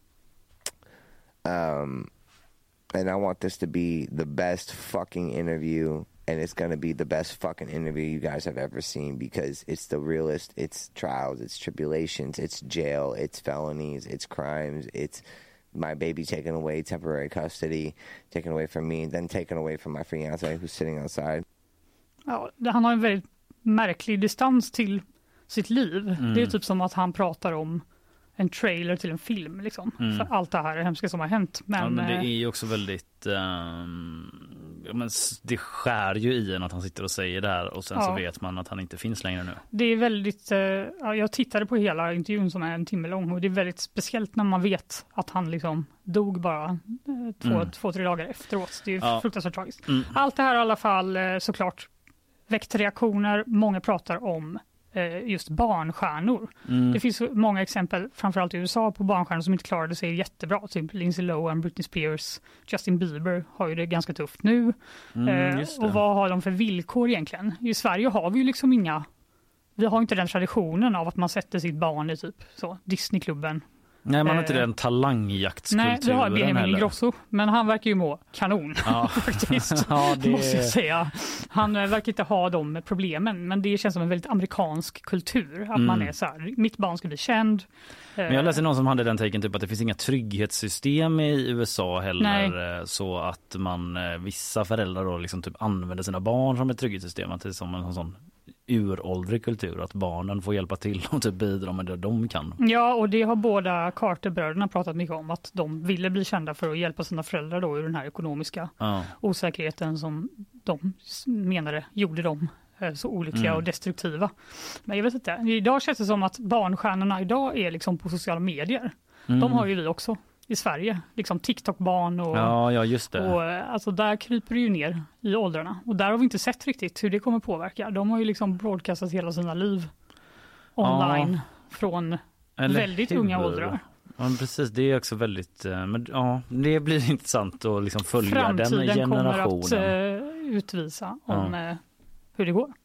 Speaker 6: Um, and I want this to be the best fucking interview, and it's going to be the best fucking interview you guys have ever seen because it's the realest. It's trials, it's tribulations, it's jail, it's felonies, it's crimes, it's my baby taken away, temporary custody, taken away from me, then taken away from my fiance who's sitting outside.
Speaker 3: Ja, han har en väldigt märklig distans till sitt liv.
Speaker 2: Mm.
Speaker 3: Det är typ som att han pratar om en trailer till en film liksom.
Speaker 2: Mm.
Speaker 3: För allt det här är hemska som har hänt. Men,
Speaker 2: ja, men det är ju också väldigt um, ja, men det skär ju i en att han sitter och säger det här och sen ja. så vet man att han inte finns längre nu.
Speaker 3: Det är väldigt, uh, jag tittade på hela intervjun som är en timme lång och det är väldigt speciellt när man vet att han liksom dog bara uh, två, mm. två, tre dagar efteråt. Det är ja. fruktansvärt tragiskt.
Speaker 2: Mm.
Speaker 3: Allt det här i alla fall uh, såklart väckt reaktioner. Många pratar om just barnstjärnor.
Speaker 2: Mm.
Speaker 3: Det finns många exempel, framförallt i U S A, på barnstjärnor som inte klarade sig jättebra. Typ Lindsay Lohan, Britney Spears, Justin Bieber har ju det ganska tufft nu.
Speaker 2: Mm,
Speaker 3: eh, och vad har de för villkor egentligen? I Sverige har vi ju liksom inga, vi har inte den traditionen av att man sätter sitt barn i typ så Disneyklubben.
Speaker 2: Nej, man har inte
Speaker 3: eh,
Speaker 2: den talangjaktskulturen.
Speaker 3: Nej, det har Benjamin
Speaker 2: heller.
Speaker 3: Ingrosso, men han verkar ju må kanon
Speaker 2: Ja.
Speaker 3: faktiskt,
Speaker 2: Ja, det...
Speaker 3: måste jag säga. Han eh, verkar inte ha de problemen, men det känns som en väldigt amerikansk kultur. Att
Speaker 2: Mm.
Speaker 3: man är så här, mitt barn ska bli känd.
Speaker 2: Men jag läste någon som hade den taken typ att det finns inga trygghetssystem i U S A heller. Nej. Så att man, vissa föräldrar då liksom typ använder sina barn som ett trygghetssystem. Att det är som en sån uråldrig kultur att barnen får hjälpa till och typ bidra med det de kan.
Speaker 3: Ja, och det har båda Carter-bröderna pratat mycket om, att de ville bli kända för att hjälpa sina föräldrar då ur den här ekonomiska ja. osäkerheten som de menade gjorde dem så olyckliga mm. och destruktiva. Men jag vet inte, idag känns det som att barnstjärnorna idag är liksom på sociala medier. Mm. De har ju vi också i Sverige, liksom TikTok-barn och,
Speaker 2: ja, ja, just det.
Speaker 3: och alltså där kryper det ju ner i åldrarna. Och där har vi inte sett riktigt hur det kommer påverka. De har ju liksom broadcastat hela sina liv online ja. från Eller väldigt hur? unga åldrar.
Speaker 2: Ja, precis, det är också väldigt, men ja, det blir intressant att liksom följa
Speaker 3: Framtiden
Speaker 2: den generationen.
Speaker 3: Kommer att uh, utvisa om ja. uh, hur det går.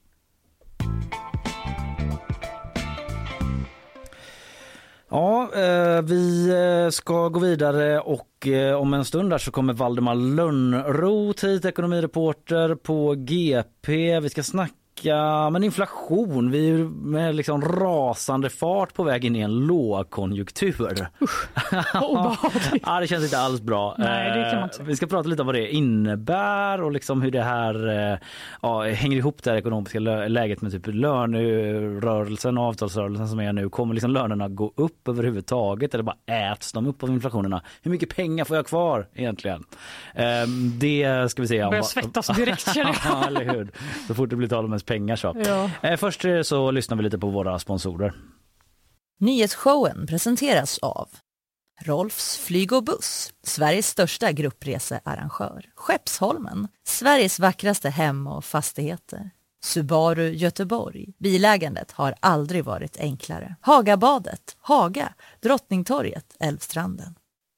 Speaker 2: Ja, eh, vi ska gå vidare och eh, om en stund där så kommer Valdemar Lönnroth hit, ekonomireporter på G P. Vi ska snacka men inflation, vi är med liksom rasande fart på väg in i en lågkonjunktur.
Speaker 3: Usch, obehagligt.
Speaker 2: Ja, det känns inte alls bra.
Speaker 3: Nej, det kan man inte.
Speaker 2: Vi ska prata lite om vad det innebär och liksom hur det här ja, hänger ihop det här ekonomiska läget med typ lönerörelsen och avtalsrörelsen som är nu. Kommer liksom lönerna gå upp överhuvudtaget eller bara äts de upp av inflationerna? Hur mycket pengar får jag kvar egentligen? Det ska vi se.
Speaker 3: Jag börjar svettas direkt, känner jag.
Speaker 2: Ja, eller hur? Så fort det blir tal om pengar så.
Speaker 3: Ja.
Speaker 2: Eh, först så lyssnar vi lite på våra sponsorer.
Speaker 1: Nyhetsshowen presenteras av Rolfs flyg och buss, Sveriges största gruppresearrangör. Skeppsholmen, Sveriges vackraste hem och fastigheter. Subaru Göteborg, bilägandet har aldrig varit enklare. Hagabadet, Haga, Drottningtorget, Älvstranden.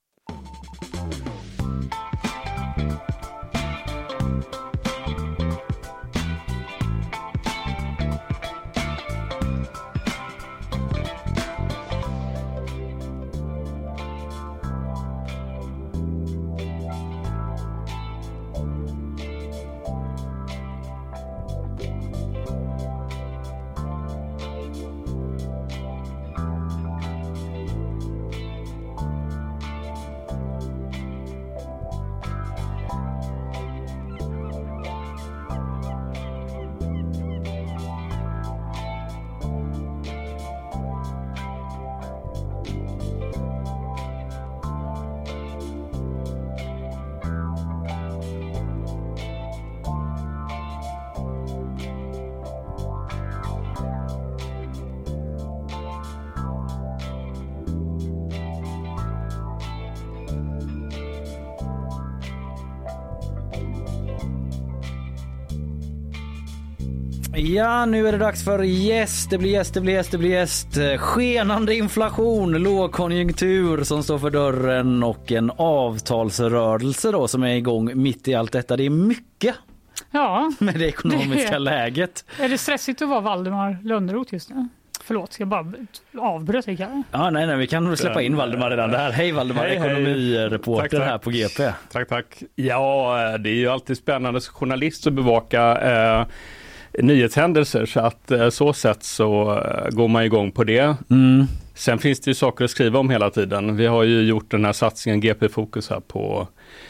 Speaker 2: Ja, nu är det dags för gäst. Det blir gäst, det blir gäst, det blir gäst. Skenande inflation, lågkonjunktur som står för dörren och en avtalsrörelse då som är igång mitt i allt detta. Det är mycket
Speaker 3: ja,
Speaker 2: med det ekonomiska det läget.
Speaker 3: Är det stressigt att vara Valdemar Lönnroth just nu? Förlåt, ska jag bara avbröt dig här?
Speaker 2: Ja, nej, nej, vi kan släppa in Valdemar redan där. Hej Valdemar, hej, ekonomireporter tack, tack. här på G P.
Speaker 8: Tack, tack. Ja, det är ju alltid spännande som journalist att bevaka eh, nyhetshändelser, så att eh, så sätt så eh, går man igång på det. Mm. Sen finns det ju saker att skriva om hela tiden. Vi har ju gjort den här satsningen G P Fokus här på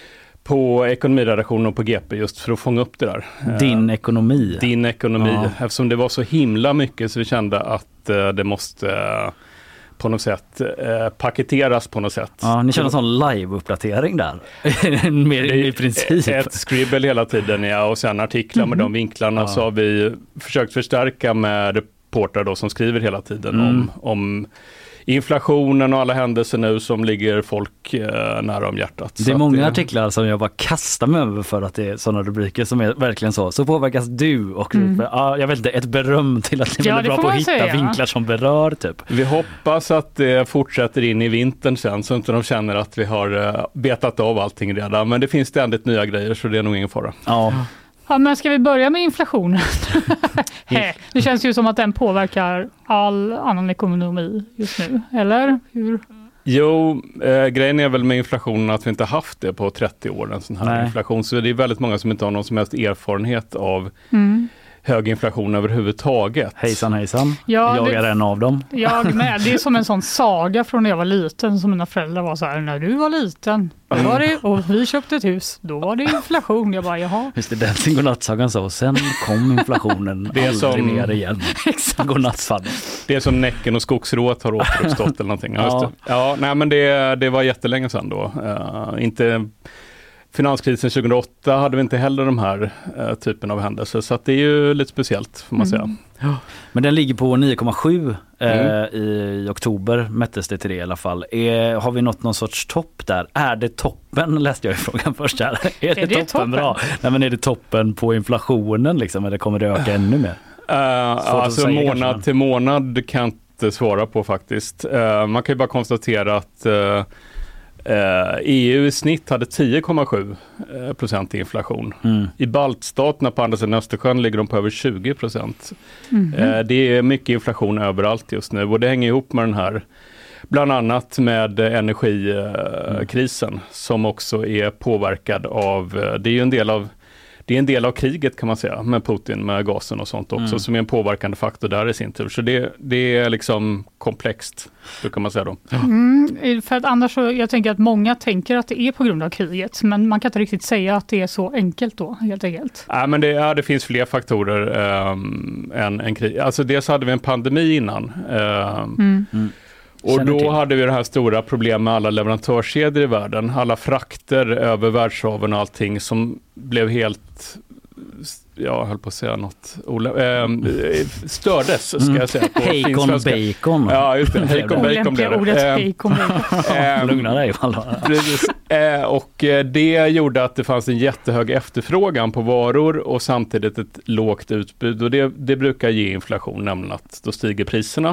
Speaker 8: på ekonomiredaktionen och på G P just för att fånga upp det där.
Speaker 2: Din ekonomi.
Speaker 8: Din ekonomi. Ja. Eftersom det var så himla mycket så vi kände att uh, det måste uh, på något sätt uh, paketeras på något sätt.
Speaker 2: Ja, ni kör en sån live-uppdatering där. Mer det, i princip.
Speaker 8: Ett scribble hela tiden, ja, och sen artiklar mm. med de vinklarna. Ja. Så har vi försökt förstärka med reportrar då som skriver hela tiden mm. om, om inflationen och alla händelser nu som ligger folk eh, nära om hjärtat.
Speaker 2: Det är många
Speaker 8: det...
Speaker 2: artiklar som jag bara kastar mig över för att det är sådana rubriker som är verkligen så. Så påverkas du och mm. ja, jag vet inte, ett beröm till att ni är ja, bra på att hitta säga. vinklar som berör typ.
Speaker 8: Vi hoppas att det fortsätter in i vintern sen så inte de känner att vi har betat av allting redan. Men det finns ständigt nya grejer så det är nog ingen fara.
Speaker 2: Ja.
Speaker 3: Ja, men ska vi börja med inflationen? Det känns ju som att den påverkar all annan ekonomi just nu, eller hur?
Speaker 8: Jo, eh, grejen är väl med inflationen att vi inte haft det på trettio år, en sån här Nej. inflation. Så det är väldigt många som inte har någon som helst erfarenhet av mm. hög inflation överhuvudtaget.
Speaker 2: Hejsan hejsan,
Speaker 3: ja,
Speaker 2: jag är
Speaker 3: det,
Speaker 2: en av dem.
Speaker 3: Jag med, det är som en sån saga från när jag var liten som mina föräldrar var så här, när du var liten, då var det, och vi köpte ett hus, då var det inflation. Jag bara, jaha.
Speaker 2: Just det, den godnattsagan så, och sen kom inflationen det är aldrig som, ner igen. Godnattfall.
Speaker 8: Det är som Näcken och Skogsrået har återuppstått eller någonting. Ja, just det. Ja, nej men det, det var jättelänge sedan då. Uh, inte... Finanskrisen tjugohundraåtta hade vi inte heller de här uh, typen av händelser så att det är ju lite speciellt får man mm. säga.
Speaker 2: Ja. Men den ligger på nio komma sju mm. eh, i oktober mättes det till det i alla fall. Är, har vi nått någon sorts topp där? Är det toppen? Läste jag i frågan först här. Är det, är det toppen, toppen bra? Nej, men är det toppen på inflationen liksom eller kommer det öka ännu mer?
Speaker 8: Uh, alltså månad till månad kan jag inte svara på faktiskt. Uh, man kan ju bara konstatera att uh, Uh, E U i snitt hade tio komma sju procent inflation. Mm. I baltstaterna på andra sidan Östersjön ligger de på över tjugo procent. Mm. Uh, det är mycket inflation överallt just nu och det hänger ihop med den här bland annat med energikrisen uh, mm. som också är påverkad av, uh, det är ju en del av Det är en del av kriget kan man säga med Putin, med gasen och sånt också mm. som är en påverkande faktor där i sin tur. Så det, det är liksom komplext, så kan man säga då.
Speaker 3: Mm, för att annars så, jag tänker att många tänker att det är på grund av kriget, men man kan inte riktigt säga att det är så enkelt då, helt enkelt.
Speaker 8: Ja, men det, ja, det finns fler faktorer um, än, än krig. Alltså dels hade vi en pandemi innan. Um, mm. Mm. Och då hade vi det här stora problemet med alla leverantörskedjor i världen. Alla frakter över världshaven och allting som blev helt, jag höll på att säga något, Ola, äh, stördes ska jag säga. På
Speaker 2: Hejkon bacon.
Speaker 8: Ja, just det. Hejkon bacon blev det.
Speaker 3: Ordet hejkon bacon.
Speaker 2: Lugna dig.
Speaker 8: Precis. Och det gjorde att det fanns en jättehög efterfrågan på varor och samtidigt ett lågt utbud. Och det, det brukar ge inflation, nämligen att då stiger priserna.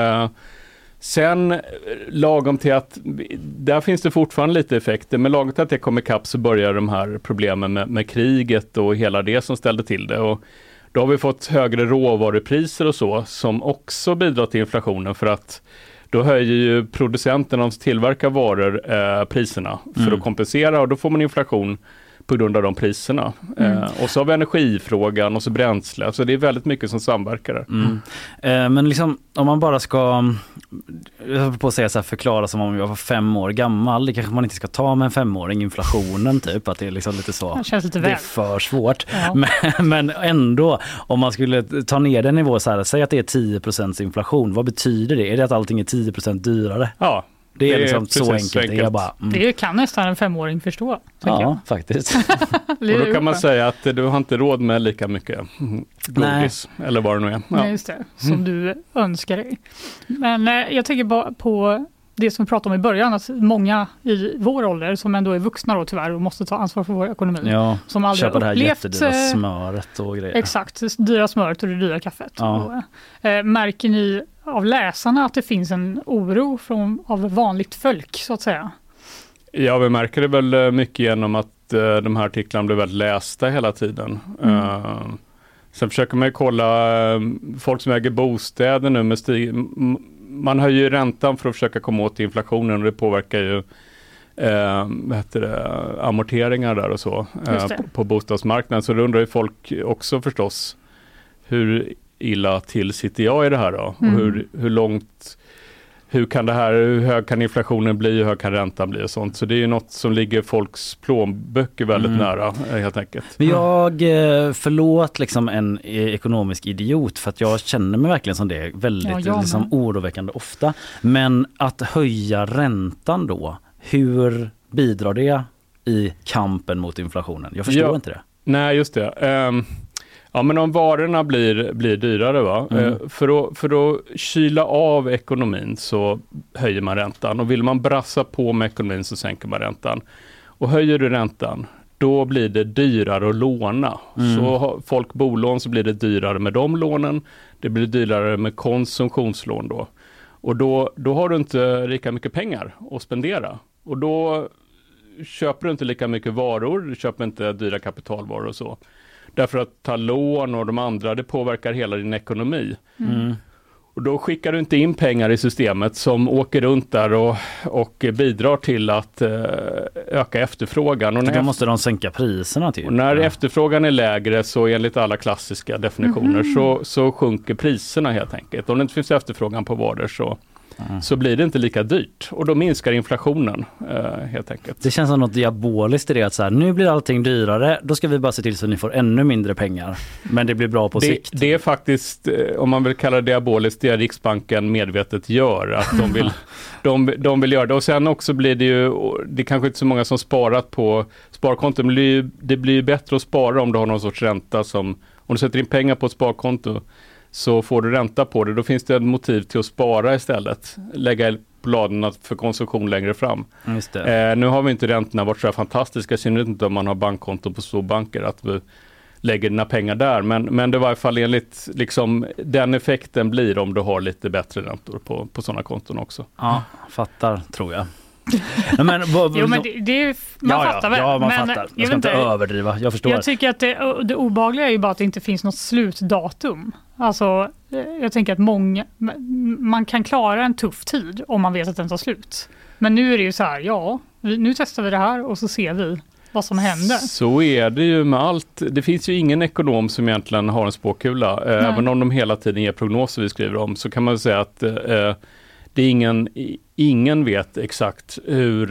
Speaker 8: Sen lagom till att, där finns det fortfarande lite effekter, men lagom till att det kommer kapp så börjar de här problemen med, med kriget och hela det som ställde till det. Och då har vi fått högre råvarupriser och så som också bidrar till inflationen för att då höjer ju producenterna som tillverkar varor eh, priserna för mm. att kompensera och då får man inflation på grund av de priserna. Mm. Eh, och så har vi energifrågan och så bränsle. Så det är väldigt mycket som samverkar där.
Speaker 2: Mm. Eh, men liksom, om man bara ska jag höll på att säga så här, förklara som om jag var fem år gammal. Det kanske man inte ska ta med en femåring, inflationen typ. Att det är liksom lite så.
Speaker 3: Det känns lite
Speaker 2: det är för svårt. Ja. Men, men ändå, om man skulle ta ner den nivå så här, säg att det är tio procent inflation. Vad betyder det? Är det att allting är tio procent dyrare?
Speaker 8: Ja.
Speaker 2: Det är, det är liksom så enkelt. enkelt. Det, är bara,
Speaker 3: mm. det kan nästan en femåring förstå.
Speaker 2: Ja,
Speaker 3: jag.
Speaker 2: faktiskt.
Speaker 8: Och då kan man säga att du har inte råd med lika mycket godis. Eller vad det nu är. Ja.
Speaker 3: Nej, just det. Som mm. du önskar dig. Men eh, jag tänker bara på det som vi pratade om i början. Att många i vår ålder som ändå är vuxna då tyvärr och måste ta ansvar för vår ekonomi.
Speaker 2: Ja,
Speaker 3: som aldrig
Speaker 2: köpa det här
Speaker 3: upplevt,
Speaker 2: jättedyra smöret och grejer.
Speaker 3: Exakt, dyra smöret och det dyra kaffet. Ja. Och, eh, märker ni av läsarna att det finns en oro från, av vanligt folk så att säga?
Speaker 8: Ja, vi märker det väl mycket genom att uh, de här artiklarna blir väldigt lästa hela tiden. Mm. Uh, sen försöker man ju kolla uh, folk som äger bostäder nu med stig- m- man höjer ju räntan för att försöka komma åt inflationen och det påverkar ju uh, vad heter det, amorteringar där och så uh, på, på bostadsmarknaden. Så då undrar ju folk också förstås hur illa till sitter jag i det här då? Mm. Och hur, hur långt, hur kan det här, hur hög kan inflationen bli, hur hög kan räntan bli och sånt. Så det är ju något som ligger folks plånböcker väldigt mm. nära helt enkelt.
Speaker 2: Men jag, förlåt liksom en ekonomisk idiot för att jag känner mig verkligen som det väldigt ja, liksom, oroväckande ofta. Men att höja räntan då, hur bidrar det i kampen mot inflationen? Jag förstår
Speaker 8: ja.
Speaker 2: inte det.
Speaker 8: Nej, just det. Um, Ja, men om varorna blir, blir dyrare va? Mm. Eh, för, att, för att kyla av ekonomin så höjer man räntan. Och vill man brassa på med ekonomin så sänker man räntan. Och höjer du räntan, då blir det dyrare att låna. Mm. Så har folk bolån så blir det dyrare med de lånen. Det blir dyrare med konsumtionslån då. Och då, då har du inte lika mycket pengar att spendera. Och då köper du inte lika mycket varor, du köper inte dyra kapitalvaror och så. Därför att ta lån och de andra, det påverkar hela din ekonomi. Mm. Och då skickar du inte in pengar i systemet som åker runt där och, och bidrar till att eh, öka efterfrågan. Och när
Speaker 2: då måste de sänka priserna till.
Speaker 8: Och när ja. efterfrågan är lägre så enligt alla klassiska definitioner mm. så, så sjunker priserna helt enkelt. Om det inte finns efterfrågan på varor så, mm. så blir det inte lika dyrt. Och då minskar inflationen eh, helt enkelt.
Speaker 2: Det känns som något diaboliskt i det att så här, nu blir allting dyrare, då ska vi bara se till så att ni får ännu mindre pengar. Men det blir bra på
Speaker 8: det,
Speaker 2: sikt.
Speaker 8: Det är faktiskt, om man vill kalla det diaboliskt, det Riksbanken medvetet gör. Att de vill, de, de vill göra det. Och sen också blir det ju, det är kanske inte så många som sparat på sparkonto, men det blir, ju, det blir ju bättre att spara om du har någon sorts ränta som, om du sätter in pengar på ett sparkonto så får du ränta på det. Då finns det ett motiv till att spara istället. Lägga på ladorna för konsumtion längre fram.
Speaker 2: Just det.
Speaker 8: Eh, nu har vi inte räntorna varit så här fantastiska. I synnerhet inte om man har bankkonto på storbanker. Att vi lägger dina pengar där. Men, men det var i alla fall enligt liksom, den effekten blir om du har lite bättre räntor på, på sådana konton också.
Speaker 2: Ja, fattar tror jag.
Speaker 3: Men, jo, men det, det, man
Speaker 2: ja,
Speaker 3: fattar väl.
Speaker 2: Ja, man
Speaker 3: men,
Speaker 2: fattar. Jag, jag ska inte överdriva, jag förstår.
Speaker 3: Jag tycker att det, det obehagliga är ju bara att det inte finns något slutdatum. Alltså, jag tänker att många, man kan klara en tuff tid om man vet att den tar slut. Men nu är det ju så här, ja, nu testar vi det här och så ser vi vad som händer.
Speaker 8: Så är det ju med allt. Det finns ju ingen ekonom som egentligen har en spåkula. Nej. Även om de hela tiden ger prognoser vi skriver om så kan man säga att eh, det är ingen, ingen vet exakt hur,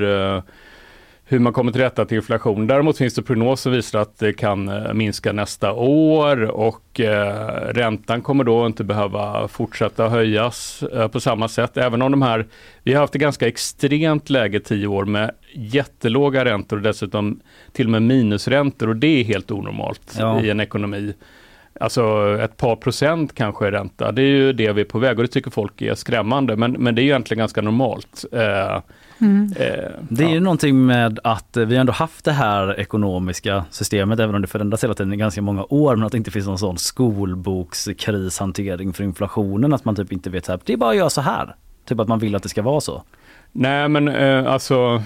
Speaker 8: hur man kommer till rätta till inflation. Däremot finns det prognoser som visar att det kan minska nästa år och eh, räntan kommer då inte behöva fortsätta höjas eh, på samma sätt. Även om de här, vi har haft ett ganska extremt läge tio år med jättelåga räntor och dessutom till och med minusräntor och det är helt onormalt ja. i en ekonomi. Alltså ett par procent kanske är ränta. Det är ju det vi är på väg och det tycker folk är skrämmande. Men, men det är ju egentligen ganska normalt. Eh,
Speaker 2: mm. eh, det är ja. ju någonting med att vi ändå haft det här ekonomiska systemet, även om det förändras hela tiden i ganska många år, men att det inte finns någon sån skolbokskrishantering för inflationen. Att man typ inte vet så här, det är bara att göra så här. Typ att man vill att det ska vara så.
Speaker 8: Nej men eh, alltså...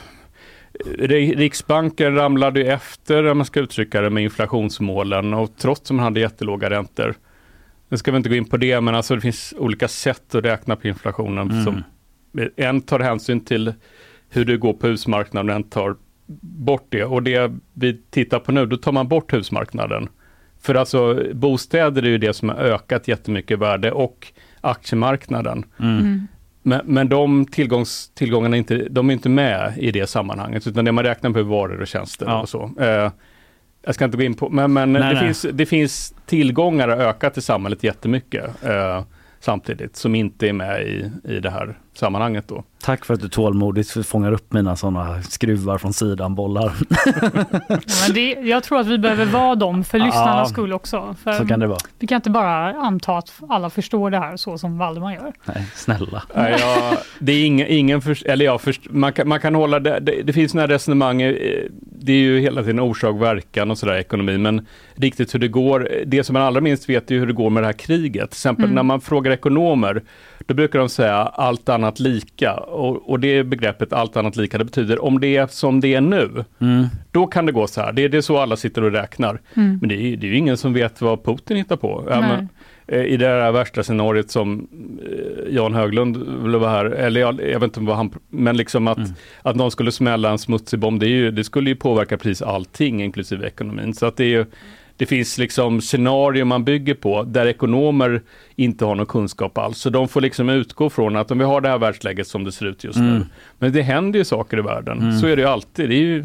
Speaker 8: Riksbanken ramlade efter, om man ska uttrycka det, med inflationsmålen och trots att man hade jättelåga räntor. Nu ska vi inte gå in på det, men alltså det finns olika sätt att räkna på inflationen. Mm. Som, en tar hänsyn till hur det går på husmarknaden och en tar bort det. Och det vi tittar på nu, då tar man bort husmarknaden. För alltså bostäder är ju det som har ökat jättemycket i värde och aktiemarknaden. Mm. Mm. Men, men de tillgångs, tillgångarna är inte, de är inte med i det sammanhanget utan det man räknar på är varor och tjänster ja. och så. Eh, jag ska inte gå in på, men, men nej, det, nej. Finns, det finns tillgångar att ökat i samhället jättemycket eh, samtidigt som inte är med i, i det här sammanhanget då.
Speaker 2: Tack för att du tålmodigt fångar upp mina sådana skruvar från sidan bollar.
Speaker 3: Men det, jag tror att vi behöver vara dem för lyssnarnas ja, skull också. För
Speaker 2: så kan det vara.
Speaker 3: Vi kan inte bara anta att alla förstår det här så som Valdemar gör.
Speaker 2: Nej, snälla.
Speaker 8: Ja, det är ingen, ingen för, eller ja, först, man, kan, man kan hålla det, det, det finns några resonemang, det är ju hela tiden orsak-verkan och sådär i ekonomin, men riktigt hur det går, det som man allra minst vet är hur det går med det här kriget. Till exempel mm. när man frågar ekonomer, då brukar de säga allt annat lika. Och, och det begreppet allt annat lika, det betyder om det är som det är nu, mm. då kan det gå så här. Det är det så alla sitter och räknar. Mm. Men det är, det är ju ingen som vet vad Putin hittar på. Ja, men, i det här värsta scenariot som Jan Höglund var här, eller jag, jag vet inte vad han, men liksom att, mm. att någon skulle smälla en smutsig bomb, det, är ju, det skulle ju påverka precis allting, inklusive ekonomin. Så att det är ju, det finns liksom scenarier man bygger på där ekonomer inte har någon kunskap alls. Så de får liksom utgå från att om vi har det här världsläget som det ser ut just mm. nu. Men det händer ju saker i världen. Mm. Så är det ju alltid. Det är ju,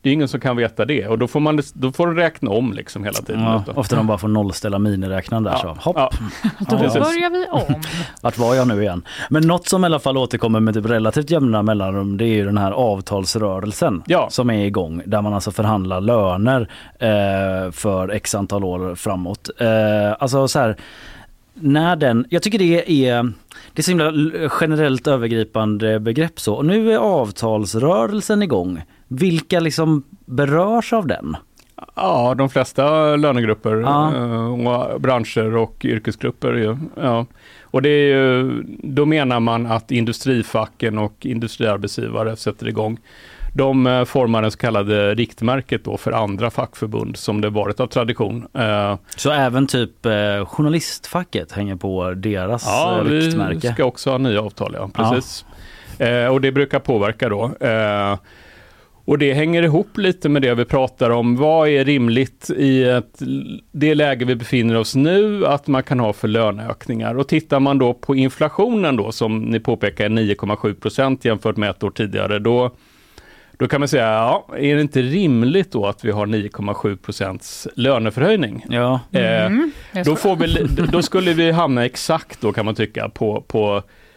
Speaker 8: Det är ingen som kan veta det och då får man då får du räkna om liksom hela tiden.
Speaker 2: Ja, ofta de bara får nollställa miniräknaren där ja. så. Hopp.
Speaker 3: Ja. Då ja. börjar vi om.
Speaker 2: Vart var jag nu igen? Men något som i alla fall återkommer med typ relativt jämna mellanrum, det är ju den här avtalsrörelsen ja. som är igång där man alltså förhandlar löner eh, för x antal år framåt. Eh, alltså så här, när den, jag tycker det är det är så himla generellt övergripande begrepp så. Och nu är avtalsrörelsen igång. Vilka liksom berörs av den?
Speaker 8: Ja, de flesta lönegrupper ja. och branscher och yrkesgrupper. Ja. Ja. Och det är ju, då menar man att industrifacken och industriarbetsgivare sätter igång. De formar den så kallade riktmärket då för andra fackförbund som det varit av tradition.
Speaker 2: Så även typ eh, journalistfacket hänger på deras
Speaker 8: ja,
Speaker 2: riktmärke? Ja,
Speaker 8: vi ska också ha nya avtal, ja, precis. Ja. Eh, och det brukar påverka då. Eh, och det hänger ihop lite med det vi pratar om. Vad är rimligt i ett, det läge vi befinner oss nu att man kan ha för löneökningar? Och tittar man då på inflationen då som ni påpekar är nio komma sju procent jämfört med ett år tidigare, då Då kan man säga, ja, är det inte rimligt då att vi har nio komma sju procents löneförhöjning?
Speaker 2: Ja.
Speaker 3: Mm,
Speaker 8: eh, då, får vi, då skulle vi hamna exakt då kan man tycka på, på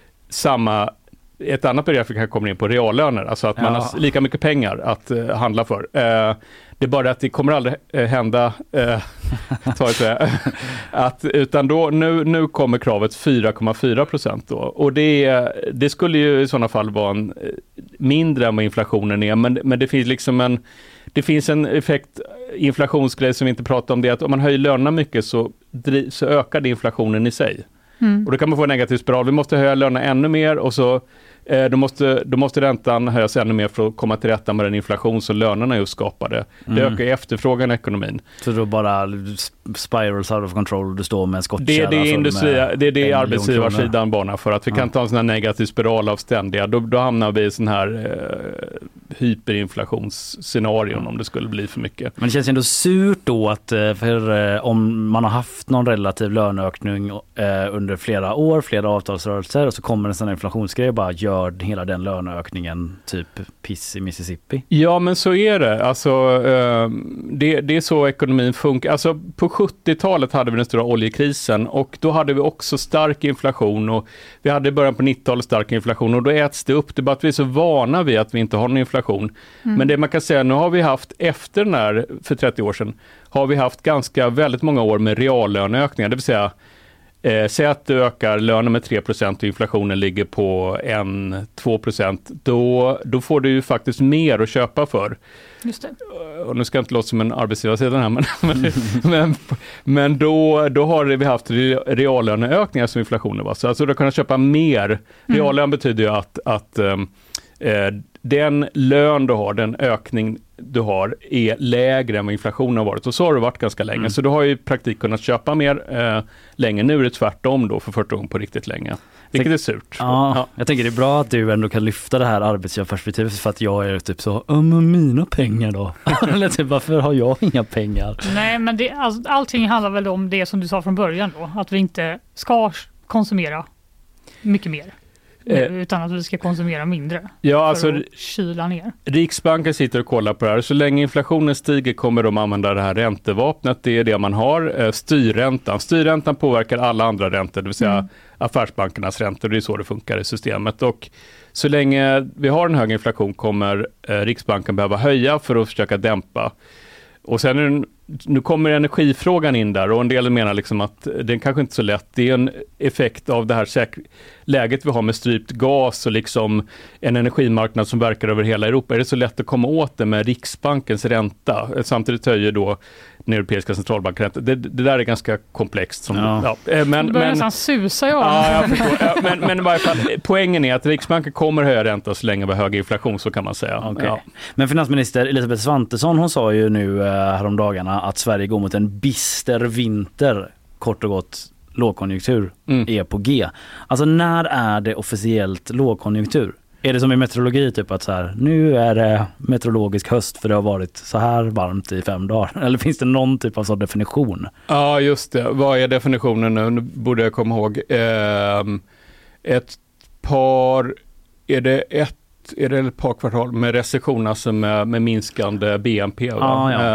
Speaker 8: samma, ett annat begrepp vi kan komma in på reallöner, alltså att man ja. har lika mycket pengar att uh, handla för. Uh, det är bara att det kommer aldrig uh, hända uh, ta ett, att, utan då, nu, nu kommer kravet fyra komma fyra procent då. Och det, det skulle ju i sådana fall vara en, mindre än vad inflationen är, men, men det finns liksom en det finns en effekt, inflationsgrej som vi inte pratar om, det att om man höjer lönerna mycket så, så ökar det inflationen i sig. Mm. Och då kan man få en negativ spiral. Vi måste höja lönerna ännu mer och så eh, då, måste, då måste räntan höjas ännu mer för att komma till rätta med den inflation som lönerna just skapade. Mm. Det ökar efterfrågan i ekonomin.
Speaker 2: Så då bara spirals out of control, du står med en skottkärra?
Speaker 8: Det är det, industri, det, är det arbetsgivarsidan banar för, att vi ja. kan ta en sån här negativ spiral av ständiga. Då, då hamnar vi i sån här eh, hyperinflationsscenarion mm. om det skulle bli för mycket.
Speaker 2: Men det känns ändå surt då att för, eh, om man har haft någon relativ löneökning eh, under flera år, flera avtalsrörelser och så kommer en sån här inflationsgrej och bara gör hela den löneökningen typ piss i Mississippi.
Speaker 8: Ja, men så är det. Alltså, eh, det, det är så ekonomin funkar. Alltså på sjuttiotalet hade vi den stora oljekrisen och då hade vi också stark inflation och vi hade i början på nittiotalet stark inflation och då äts det upp. Det är bara att vi är så vana vid att vi inte har någon inflation. Mm. Men det man kan säga, nu har vi haft efter den här, för trettio år sedan, har vi haft ganska väldigt många år med reallöneökningar. Det vill säga, eh, säg att du ökar lönen med tre procent och inflationen ligger på ett till två procent. Då, då får du ju faktiskt mer att köpa för.
Speaker 3: Just det.
Speaker 8: Och nu ska jag inte låta som en arbetsgivarsida här, men, men, men, men då, då har vi haft reallöneökningar som inflationen var. Så alltså du har kunnat köpa mer. Reallön mm. betyder ju att, att eh, den lön du har, den ökning du har är lägre än vad inflationen har varit. Och så har det varit ganska länge. Mm. Så du har ju i praktik kunnat köpa mer eh, länge. Nu är det tvärtom då för första gången på riktigt länge. Vilket är surt.
Speaker 2: Ja, ja, jag tänker det är bra att du ändå kan lyfta det här arbetsgivarperspektivet för att jag är typ så, ja men mina pengar då? Eller typ, varför har jag inga pengar?
Speaker 3: Nej, men det, alltså, allting handlar väl om det som du sa från början då. Att vi inte ska konsumera mycket mer. Eh, utan att vi ska konsumera mindre
Speaker 8: ja,
Speaker 3: för
Speaker 8: alltså,
Speaker 3: att kyla ner.
Speaker 8: Riksbanken sitter och kollar på det här. Så länge inflationen stiger kommer de använda det här räntevapnet. Det är det man har. Eh, styrräntan. Styrräntan påverkar alla andra räntor, det vill säga mm. affärsbankernas räntor. Det är så det funkar i systemet. Och så länge vi har en hög inflation kommer eh, Riksbanken behöva höja för att försöka dämpa. Och sen är det, nu kommer energifrågan in där och en del menar liksom att den kanske inte är så lätt. Det är en effekt av det här säk- läget vi har med strypt gas och liksom en energimarknad som verkar över hela Europa. Är det så lätt att komma åt det med Riksbankens ränta? Samtidigt höjer då den europeiska centralbankräntan. Det, det där är ganska komplext. Som,
Speaker 2: ja.
Speaker 8: Ja, men,
Speaker 3: det börjar nästan susa jag.
Speaker 8: Ja, jag förstår. Ja, men, men i varje fall, poängen är att Riksbanken kommer höja ränta så länge vi har hög inflation, så kan man säga.
Speaker 2: Okay.
Speaker 8: Ja.
Speaker 2: Men finansminister Elisabeth Svantesson, hon sa ju nu eh, häromdagarna att Sverige går mot en bister vinter, kort och gott lågkonjunktur mm. är på G. Alltså när är det officiellt lågkonjunktur? Är det som i meteorologi typ att så här, nu är det meteorologisk höst för det har varit så här varmt i fem dagar? Eller finns det någon typ av sån definition?
Speaker 8: Ja, just det. Vad är definitionen nu? Nu borde jag komma ihåg. Eh, ett par, är det ett drygt, är det ett par kvartal med recession, alltså med, med minskande B N P.
Speaker 2: Ah, ja.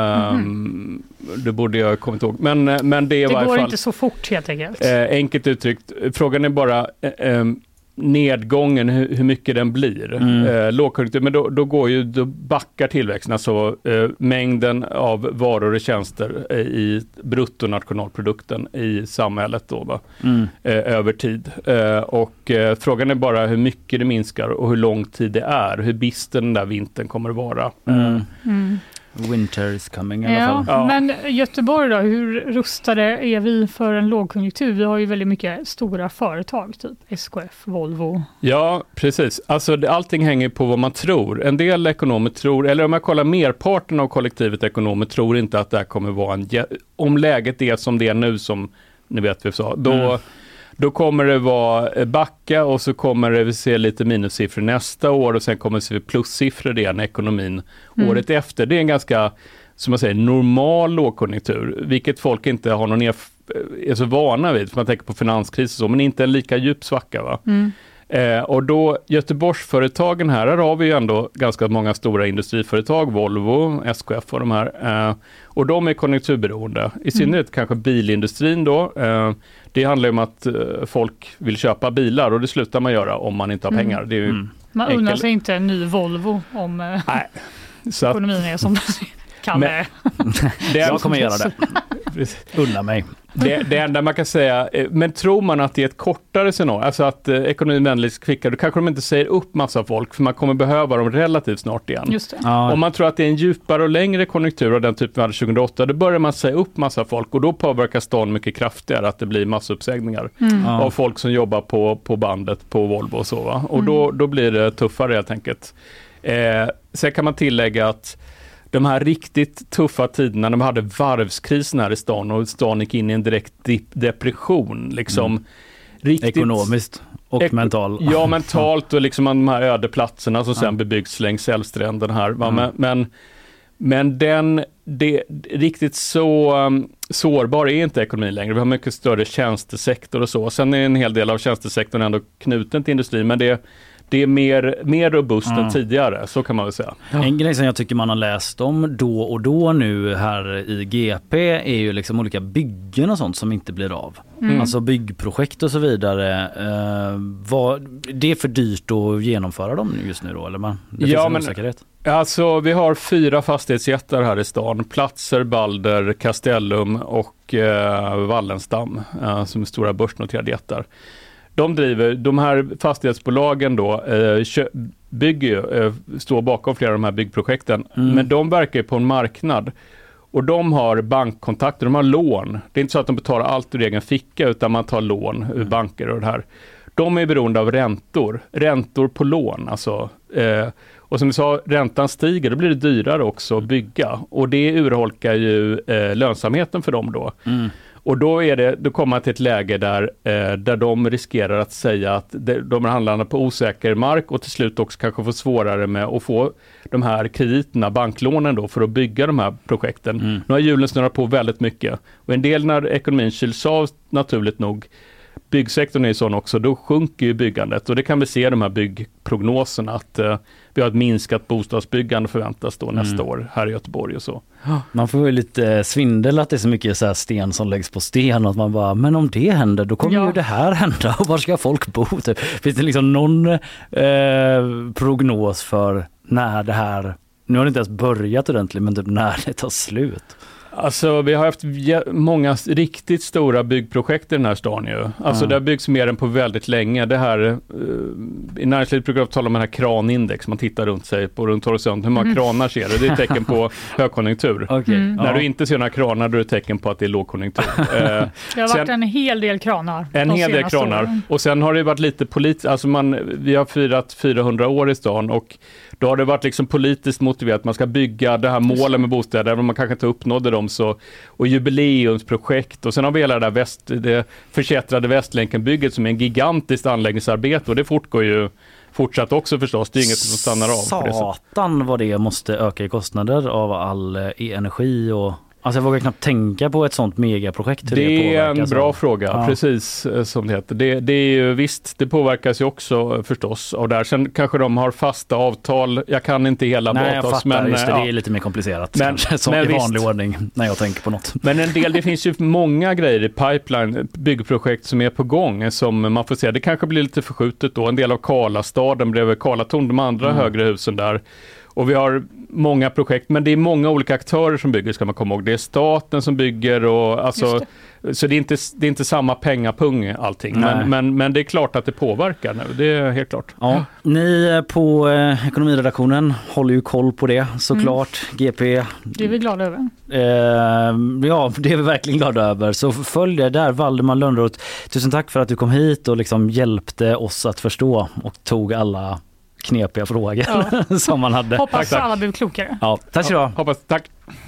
Speaker 8: mm. Det borde jag komma ihåg. Men, men det är
Speaker 3: det
Speaker 8: i varje
Speaker 3: går
Speaker 8: fall,
Speaker 3: inte så fort helt enkelt.
Speaker 8: Eh, enkelt uttryckt. Frågan är bara eh, nedgången, hur, hur mycket den blir. Mm. Eh, lågkonjunktur, men då, då går ju, då backar tillväxten, alltså eh, mängden av varor och tjänster eh, i bruttonationalprodukten i samhället då, va? Mm. Eh, över tid. Eh, och eh, frågan är bara hur mycket det minskar och hur lång tid det är, hur bister den där vintern kommer att vara.
Speaker 2: Mm.
Speaker 8: Eh,
Speaker 3: mm.
Speaker 2: Winter is coming i
Speaker 3: ja,
Speaker 2: alla fall.
Speaker 3: Ja. Men Göteborg då, hur rustade är vi för en lågkonjunktur? Vi har ju väldigt mycket stora företag, typ S K F, Volvo.
Speaker 8: Ja, precis. Alltså allting hänger på vad man tror. En del ekonomer tror, eller om jag kollar merparten av kollektivet ekonomer tror inte att det här kommer vara en, om läget är som det är nu, som ni vet vi sa, då mm. Då kommer det vara backa och så kommer det se lite minussiffror nästa år och sen kommer det se plussiffror igen i ekonomin mm. året efter. Det är en ganska, som man säger, normal lågkonjunktur, vilket folk inte har någon erf- är så vana vid, för man tänker på finanskris och så, men inte en lika djup svacka, va? Mm. Eh, och då Göteborgsföretagen här, här har vi ju ändå ganska många stora industriföretag, Volvo, S K F och de här. Eh, och de är konjunkturberoende. I synnerhet mm. kanske bilindustrin då. Eh, det handlar ju om att eh, folk vill köpa bilar och det slutar man göra om man inte har pengar. Mm. Det är ju mm.
Speaker 3: Man undrar sig inte en ny Volvo om eh, Nej. Så att, ekonomin är som det kan. Men,
Speaker 2: det är, jag kommer göra det. Unna mig.
Speaker 8: Det, det enda man kan säga, men tror man att det är ett kortare scenario, alltså att eh, ekonomin vändligt kvickare, då kanske de inte säger upp massa folk, för man kommer behöva dem relativt snart igen.
Speaker 3: Just det.
Speaker 8: Ja. Om man tror att det är en djupare och längre konjunktur av den typ vi hade tjugohundraåtta, då börjar man säga upp massa folk och då påverkar stan mycket kraftigare, att det blir massuppsägningar mm. av ja. folk som jobbar på, på bandet på Volvo och så, va? Och mm. då, då blir det tuffare helt enkelt. Eh, sen kan man tillägga att de här riktigt tuffa tiderna när man hade varvskrisen här i stan och stan gick in i en direkt depression. Liksom, mm. riktigt,
Speaker 2: ekonomiskt och ek- mental.
Speaker 8: Ja, mentalt och liksom de här öde platserna som sen ja. bebyggs längs Älvstranden här. Mm. Men, men, men den, det, riktigt så um, sårbar är inte ekonomin längre. Vi har mycket större tjänstesektor och så. Sen är en hel del av tjänstesektorn ändå knuten till industrin, men det Det är mer, mer robust mm. än tidigare, så kan man väl säga.
Speaker 2: Ja. En grej som jag tycker man har läst om då och då nu här i G P är ju liksom olika byggen och sånt som inte blir av. Mm. Alltså byggprojekt och så vidare. Eh, vad, det är för dyrt att genomföra dem just nu då, eller? Man, det
Speaker 8: ja,
Speaker 2: finns en
Speaker 8: men
Speaker 2: osäkerhet.
Speaker 8: Alltså vi har fyra fastighetsjättar här i stan. Platser, Balder, Castellum och eh, Wallenstam eh, som är stora börsnoterade jättar. De driver, de här fastighetsbolagen då eh, kö, bygger ju, eh, står bakom flera av de här byggprojekten, mm. men de verkar på en marknad och de har bankkontakter, de har lån. Det är inte så att de betalar allt ur egen ficka, utan man tar lån ur mm. banker och det här. De är beroende av räntor, räntor på lån alltså. Eh, och som vi sa, räntan stiger, då blir det dyrare också att bygga och det urholkar ju eh, lönsamheten för dem då. Mm. Och då, är det, då kommer man till ett läge där, eh, där de riskerar att säga att de, de handlar på osäker mark och till slut också kanske får svårare med att få de här krediterna, banklånen då, för att bygga de här projekten. Mm. Nu har hjulen snurrat på väldigt mycket. Och en del när ekonomin kyls av, naturligt nog, byggsektorn är ju sån också, då sjunker ju byggandet. Och det kan vi se i de här byggprognoserna att eh, vi har ett minskat bostadsbyggande förväntas då mm. nästa år här i Göteborg och så.
Speaker 2: Man får ju lite svindel att det är så mycket så här sten som läggs på sten och att man bara, men om det händer då kommer ja. ju det här hända och var ska folk bo? Typ. Finns det liksom någon eh, prognos för när det här, nu har det inte ens börjat ordentligt, men typ när det tar slut?
Speaker 8: Alltså vi har haft många riktigt stora byggprojekt i den här stan ju. Alltså mm. det har byggts mer än på väldigt länge. Det här, uh, i näringslivet brukar jag tala om den här kranindex. Man tittar runt sig på runt horisont. Hur många mm. kranar ser det? Det är ett tecken på högkonjunktur.
Speaker 2: Okay. Mm.
Speaker 8: När ja. du inte ser några kranar, då är det ett tecken på att det är lågkonjunktur. uh,
Speaker 3: det har sen, varit en hel del kranar.
Speaker 8: En hel del kranar. Åren. Och sen har det varit lite politiskt. Alltså man, vi har firat fyrahundra år i stan och då har det varit liksom politiskt motiverat att man ska bygga det här målen med bostäder, men man kanske inte uppnådde dem så, och jubileumsprojekt och sen har vi hela det där väst, det förkättrade Västlänkenbygget som är en gigantiskt anläggningsarbete och det fortgår ju fortsatt också förstås, det är inget som stannar av.
Speaker 2: Satan vad det måste öka i kostnader av all e- energi och Alltså jag vågar knappt tänka på ett sånt megaprojekt.
Speaker 8: Det, det är en bra
Speaker 2: så.
Speaker 8: fråga, ja. Precis som det heter. Det, det är ju, visst, det påverkas ju också förstås av där. Sen kanske de har fasta avtal. Jag kan inte hela
Speaker 2: Nej,
Speaker 8: Bathos.
Speaker 2: Jag fattar,
Speaker 8: men
Speaker 2: just det,
Speaker 8: ja.
Speaker 2: det är lite mer komplicerat.
Speaker 8: Men,
Speaker 2: kanske, som
Speaker 8: men
Speaker 2: i
Speaker 8: visst.
Speaker 2: vanlig ordning när jag tänker på något.
Speaker 8: Men en del, det finns ju många grejer i pipeline, byggprojekt som är på gång som man får se. Det kanske blir lite förskjutet då. En del av Karlastaden bredvid Karlatorn, de andra mm. högre husen där. Och vi har många projekt, men det är många olika aktörer som bygger, ska man komma ihåg. Det är staten som bygger och alltså, det. Så det är, inte, det är inte samma pengapung allting. Men, men, men det är klart att det påverkar nu, det är helt klart.
Speaker 2: Ja. Ni på eh, ekonomiredaktionen håller ju koll på det såklart. Mm. G P.
Speaker 3: Det är vi glada över.
Speaker 2: Eh, ja, det är vi verkligen glada över. Så följ det där, Valdemar Lönnroth. Tusen tack för att du kom hit och liksom hjälpte oss att förstå och tog alla knepiga frågor ja. som man hade.
Speaker 3: Hoppas tack, alla blev klokare.
Speaker 2: Ja, tack så du ha.
Speaker 8: Hoppas, tack.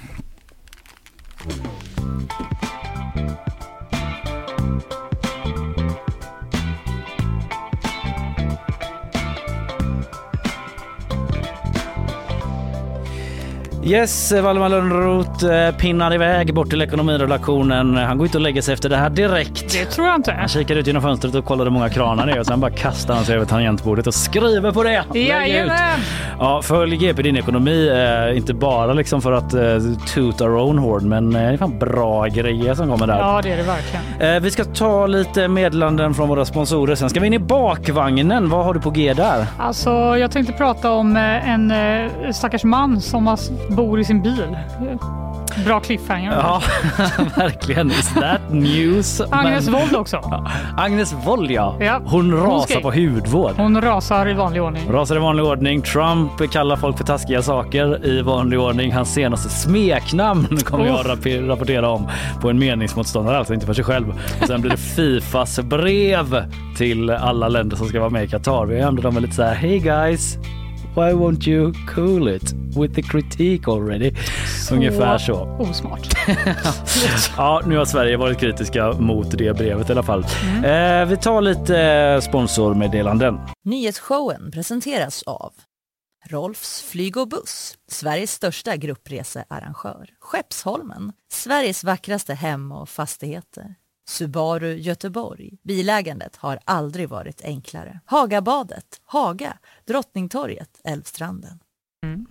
Speaker 2: Yes, Valdemar Lönnroth pinnar iväg bort till ekonomiredaktionen. Han går inte och lägger sig efter det här direkt.
Speaker 3: Det tror jag inte.
Speaker 2: Han kikar ut genom fönstret och kollar hur många kranar det är och sen bara kastar han sig över tangentbordet och skriver på det.
Speaker 3: Jajamän!
Speaker 2: Ja, följ G P din ekonomi. Eh, inte bara liksom för att eh, toot our own horn, men eh, det är fan bra grejer som kommer där.
Speaker 3: Ja, det är det verkligen.
Speaker 2: Eh, vi ska ta lite meddelanden från våra sponsorer. Sen ska vi in i bakvagnen. Vad har du på G där?
Speaker 3: Alltså, jag tänkte prata om eh, en eh, stackars man som har bor i sin bil. Bra cliffhanger.
Speaker 2: Ja, verkligen. Is that news?
Speaker 3: Agnes Men... Wold också.
Speaker 2: Ja. Agnes Wold, ja.
Speaker 3: ja.
Speaker 2: Hon rasar
Speaker 3: Hon ska...
Speaker 2: på hudvård.
Speaker 3: Hon rasar i vanlig ordning.
Speaker 2: Rasar i vanlig ordning. Trump kallar folk för taskiga saker i vanlig ordning. Hans senaste smeknamn kommer oh. jag rapportera om på en meningsmotståndare, alltså inte för sig själv. Och sen blir det Fifas brev till alla länder som ska vara med i Qatar. Vi ändrar dem lite så här: hey guys, why won't you cool it with the critique already? Så ungefär så.
Speaker 3: Osmart.
Speaker 2: Ja, nu har Sverige varit kritiska mot det brevet i alla fall. Mm. Eh, vi tar lite sponsormeddelanden.
Speaker 1: Nyhetsshowen presenteras av Rolfs flyg och buss, Sveriges största gruppresearrangör. Skeppsholmen, Sveriges vackraste hem och fastigheter. Subaru Göteborg. Bilägandet har aldrig varit enklare. Hagabadet, Haga, Drottningtorget, Älvstranden. Mm.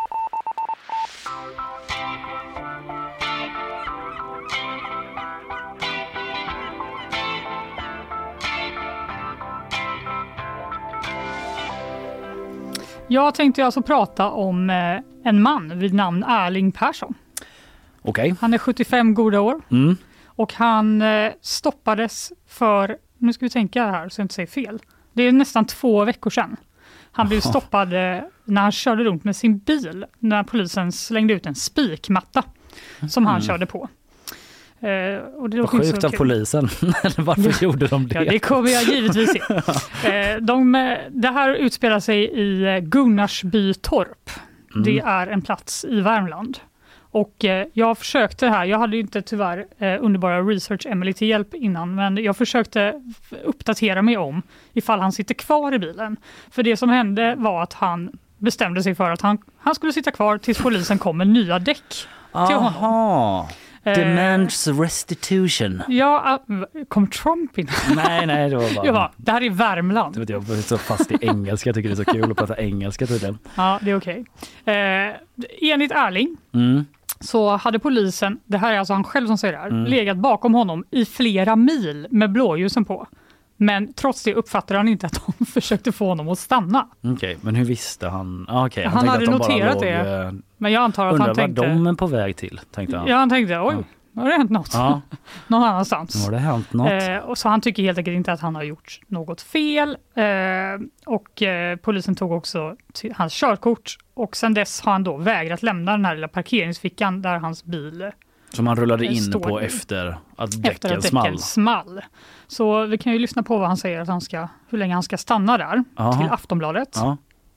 Speaker 3: Jag tänkte alltså prata om en man vid namn Erling Persson.
Speaker 2: Okej. Okay.
Speaker 3: Han är sjuttiofem goda år. Mm. Och han stoppades för, nu ska vi tänka här så jag inte säger fel. Det är nästan två veckor sedan. Han blev stoppad när han körde runt med sin bil. När polisen slängde ut en spikmatta som han mm. körde på.
Speaker 2: Eh, och det Vad sjukt av polisen. Varför gjorde de det?
Speaker 3: Ja, det kommer jag givetvis se. eh, de, det här utspelar sig i Gunnarsbytorp. Mm. Det är en plats i Värmland. Och eh, jag försökte här, jag hade inte tyvärr eh, underbara research Emily till hjälp innan, men jag försökte uppdatera mig om ifall han sitter kvar i bilen. För det som hände var att han bestämde sig för att han, han skulle sitta kvar tills polisen kom med nya däck till honom.
Speaker 2: Demands eh, restitution.
Speaker 3: Ja, kom Trump in?
Speaker 2: Nej, nej, det var bara...
Speaker 3: Ja, det här är Värmland.
Speaker 2: Jag är så fast i engelska, jag tycker det är så kul att prata engelska tydligen.
Speaker 3: Ja, det är okej. Okay. Eh, enligt Erling mm. så hade polisen, det här är alltså han själv som säger det här, mm. legat bakom honom i flera mil med blåljusen på. Men trots det uppfattade han inte att de försökte få honom att stanna.
Speaker 2: Okej, okay, men hur visste han? Ah, okay.
Speaker 3: Han, han hade
Speaker 2: att de
Speaker 3: noterat
Speaker 2: låg,
Speaker 3: det. Men jag antar att
Speaker 2: undrar
Speaker 3: han tänkte...
Speaker 2: vad de är på väg till, tänkte han.
Speaker 3: Ja, han tänkte, oj, ja. Har det hänt något? Ja. Någon annanstans.
Speaker 2: Nu har det hänt något.
Speaker 3: Eh, och så han tycker helt enkelt inte att han har gjort något fel. Eh, och eh, polisen tog också till hans körkort. Och sen dess har han då vägrat lämna den här lilla parkeringsfickan där hans bil...
Speaker 2: Som han rullade in på efter att däcken
Speaker 3: efter att
Speaker 2: small.
Speaker 3: small. Så vi kan ju lyssna på vad han säger att han ska, hur länge han ska stanna där. Aha. Till Aftonbladet.
Speaker 2: Ja.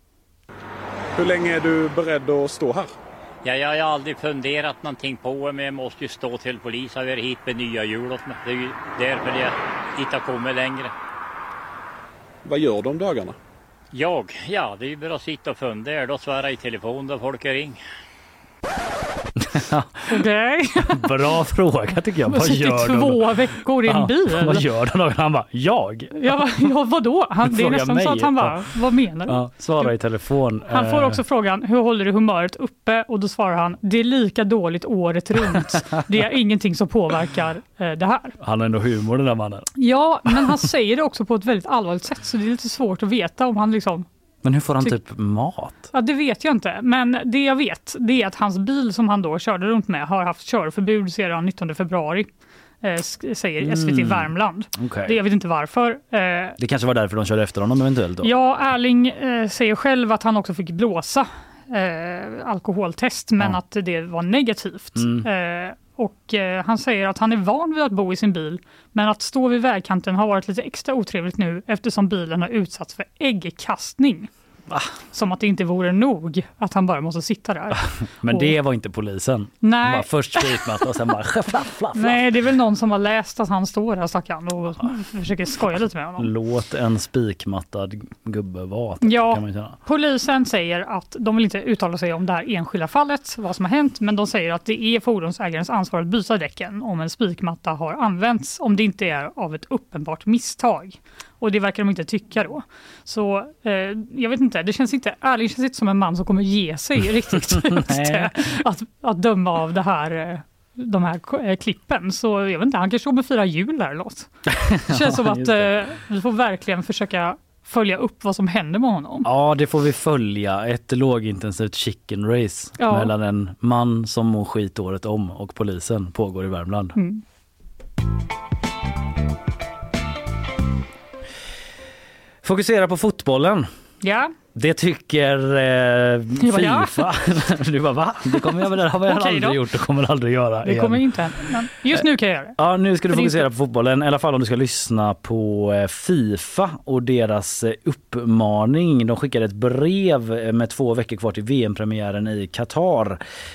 Speaker 9: Hur länge är du beredd att stå här?
Speaker 10: Ja, jag har aldrig funderat någonting på, men jag måste ju stå till polis. Jag är hit med nya hjul åt mig. Det är ju därför jag inte har kommit längre.
Speaker 9: Vad gör du om dagarna?
Speaker 10: Jag? Ja, det är ju bara att sitta och fundera. Då svarar i telefon då folk är ring.
Speaker 3: Okej.
Speaker 2: Bra fråga tycker jag.
Speaker 3: Vad gör de? Två veckor i en bil.
Speaker 2: Ja, vad gör de? Han bara, jag?
Speaker 3: Ja, ja vadå? Han, det är nästan så att han bara, vad menar du?
Speaker 2: Ja, svara i telefon.
Speaker 3: Han får också frågan, hur håller du humöret uppe? Och då svarar han, det är lika dåligt året runt. Det är ingenting som påverkar eh, det här.
Speaker 2: Han har ändå humor den där mannen.
Speaker 3: Ja, men han säger det också på ett väldigt allvarligt sätt. Så det är lite svårt att veta om han liksom...
Speaker 2: Men hur får han typ mat?
Speaker 3: Ja, det vet jag inte. Men det jag vet, det är att hans bil som han då körde runt med har haft körförbud sedan nittonde februari. Eh, säger S V T
Speaker 2: Mm.
Speaker 3: Värmland.
Speaker 2: Okay.
Speaker 3: Det jag vet inte varför. Eh,
Speaker 2: det kanske var därför de körde efter honom eventuellt då?
Speaker 3: Ja, Erling eh, säger själv att han också fick blåsa eh, alkoholtest, men ja. att det var negativt. Mm. Eh, och eh, han säger att han är van vid att bo i sin bil, men att stå vid vägkanten har varit lite extra otrevligt nu eftersom bilen har utsatts för äggkastning. Va? Som att det inte vore nog att han bara måste sitta där.
Speaker 2: Men
Speaker 3: och...
Speaker 2: det var inte polisen.
Speaker 3: Nej.
Speaker 2: Bara först spritmatta och sen bara flaff, flaff, flaff.
Speaker 3: Nej, det är väl någon som har läst att han står där stackaren och försöker skoja lite med honom.
Speaker 2: Låt en spikmattad gubbe vara.
Speaker 3: Ja,
Speaker 2: kan man känna.
Speaker 3: Polisen säger att de vill inte uttala sig om det här enskilda fallet, vad som har hänt, men de säger att det är fordonsägarens ansvar att byta däcken om en spikmatta har använts, om det inte är av ett uppenbart misstag. Och det verkar de inte tycka då. Så eh, jag vet inte, det känns inte, Erling känns inte som en man som kommer ge sig riktigt det, att, att döma av det här, de här eh, klippen. Så jag vet inte, han kanske kommer fira jul där eller något. Det känns som att eh, vi får verkligen försöka följa upp vad som händer med honom.
Speaker 2: Ja, det får vi följa. Ett lågintensivt chicken race ja. mellan en man som mår skit året om och polisen pågår i Värmland. Mm. Fokusera på fotbollen.
Speaker 3: Ja.
Speaker 2: Det tycker eh, FIFA. Du bara, va? Det kommer jag väl har vi aldrig då. gjort och kommer aldrig göra.
Speaker 3: Det igen. kommer inte. Men just nu kan jag göra det.
Speaker 2: Ja, nu ska du fokusera på fotbollen. I alla fall om du ska lyssna på FIFA och deras uppmaning. De skickade ett brev med två veckor kvar till V M-premiären i Qatar.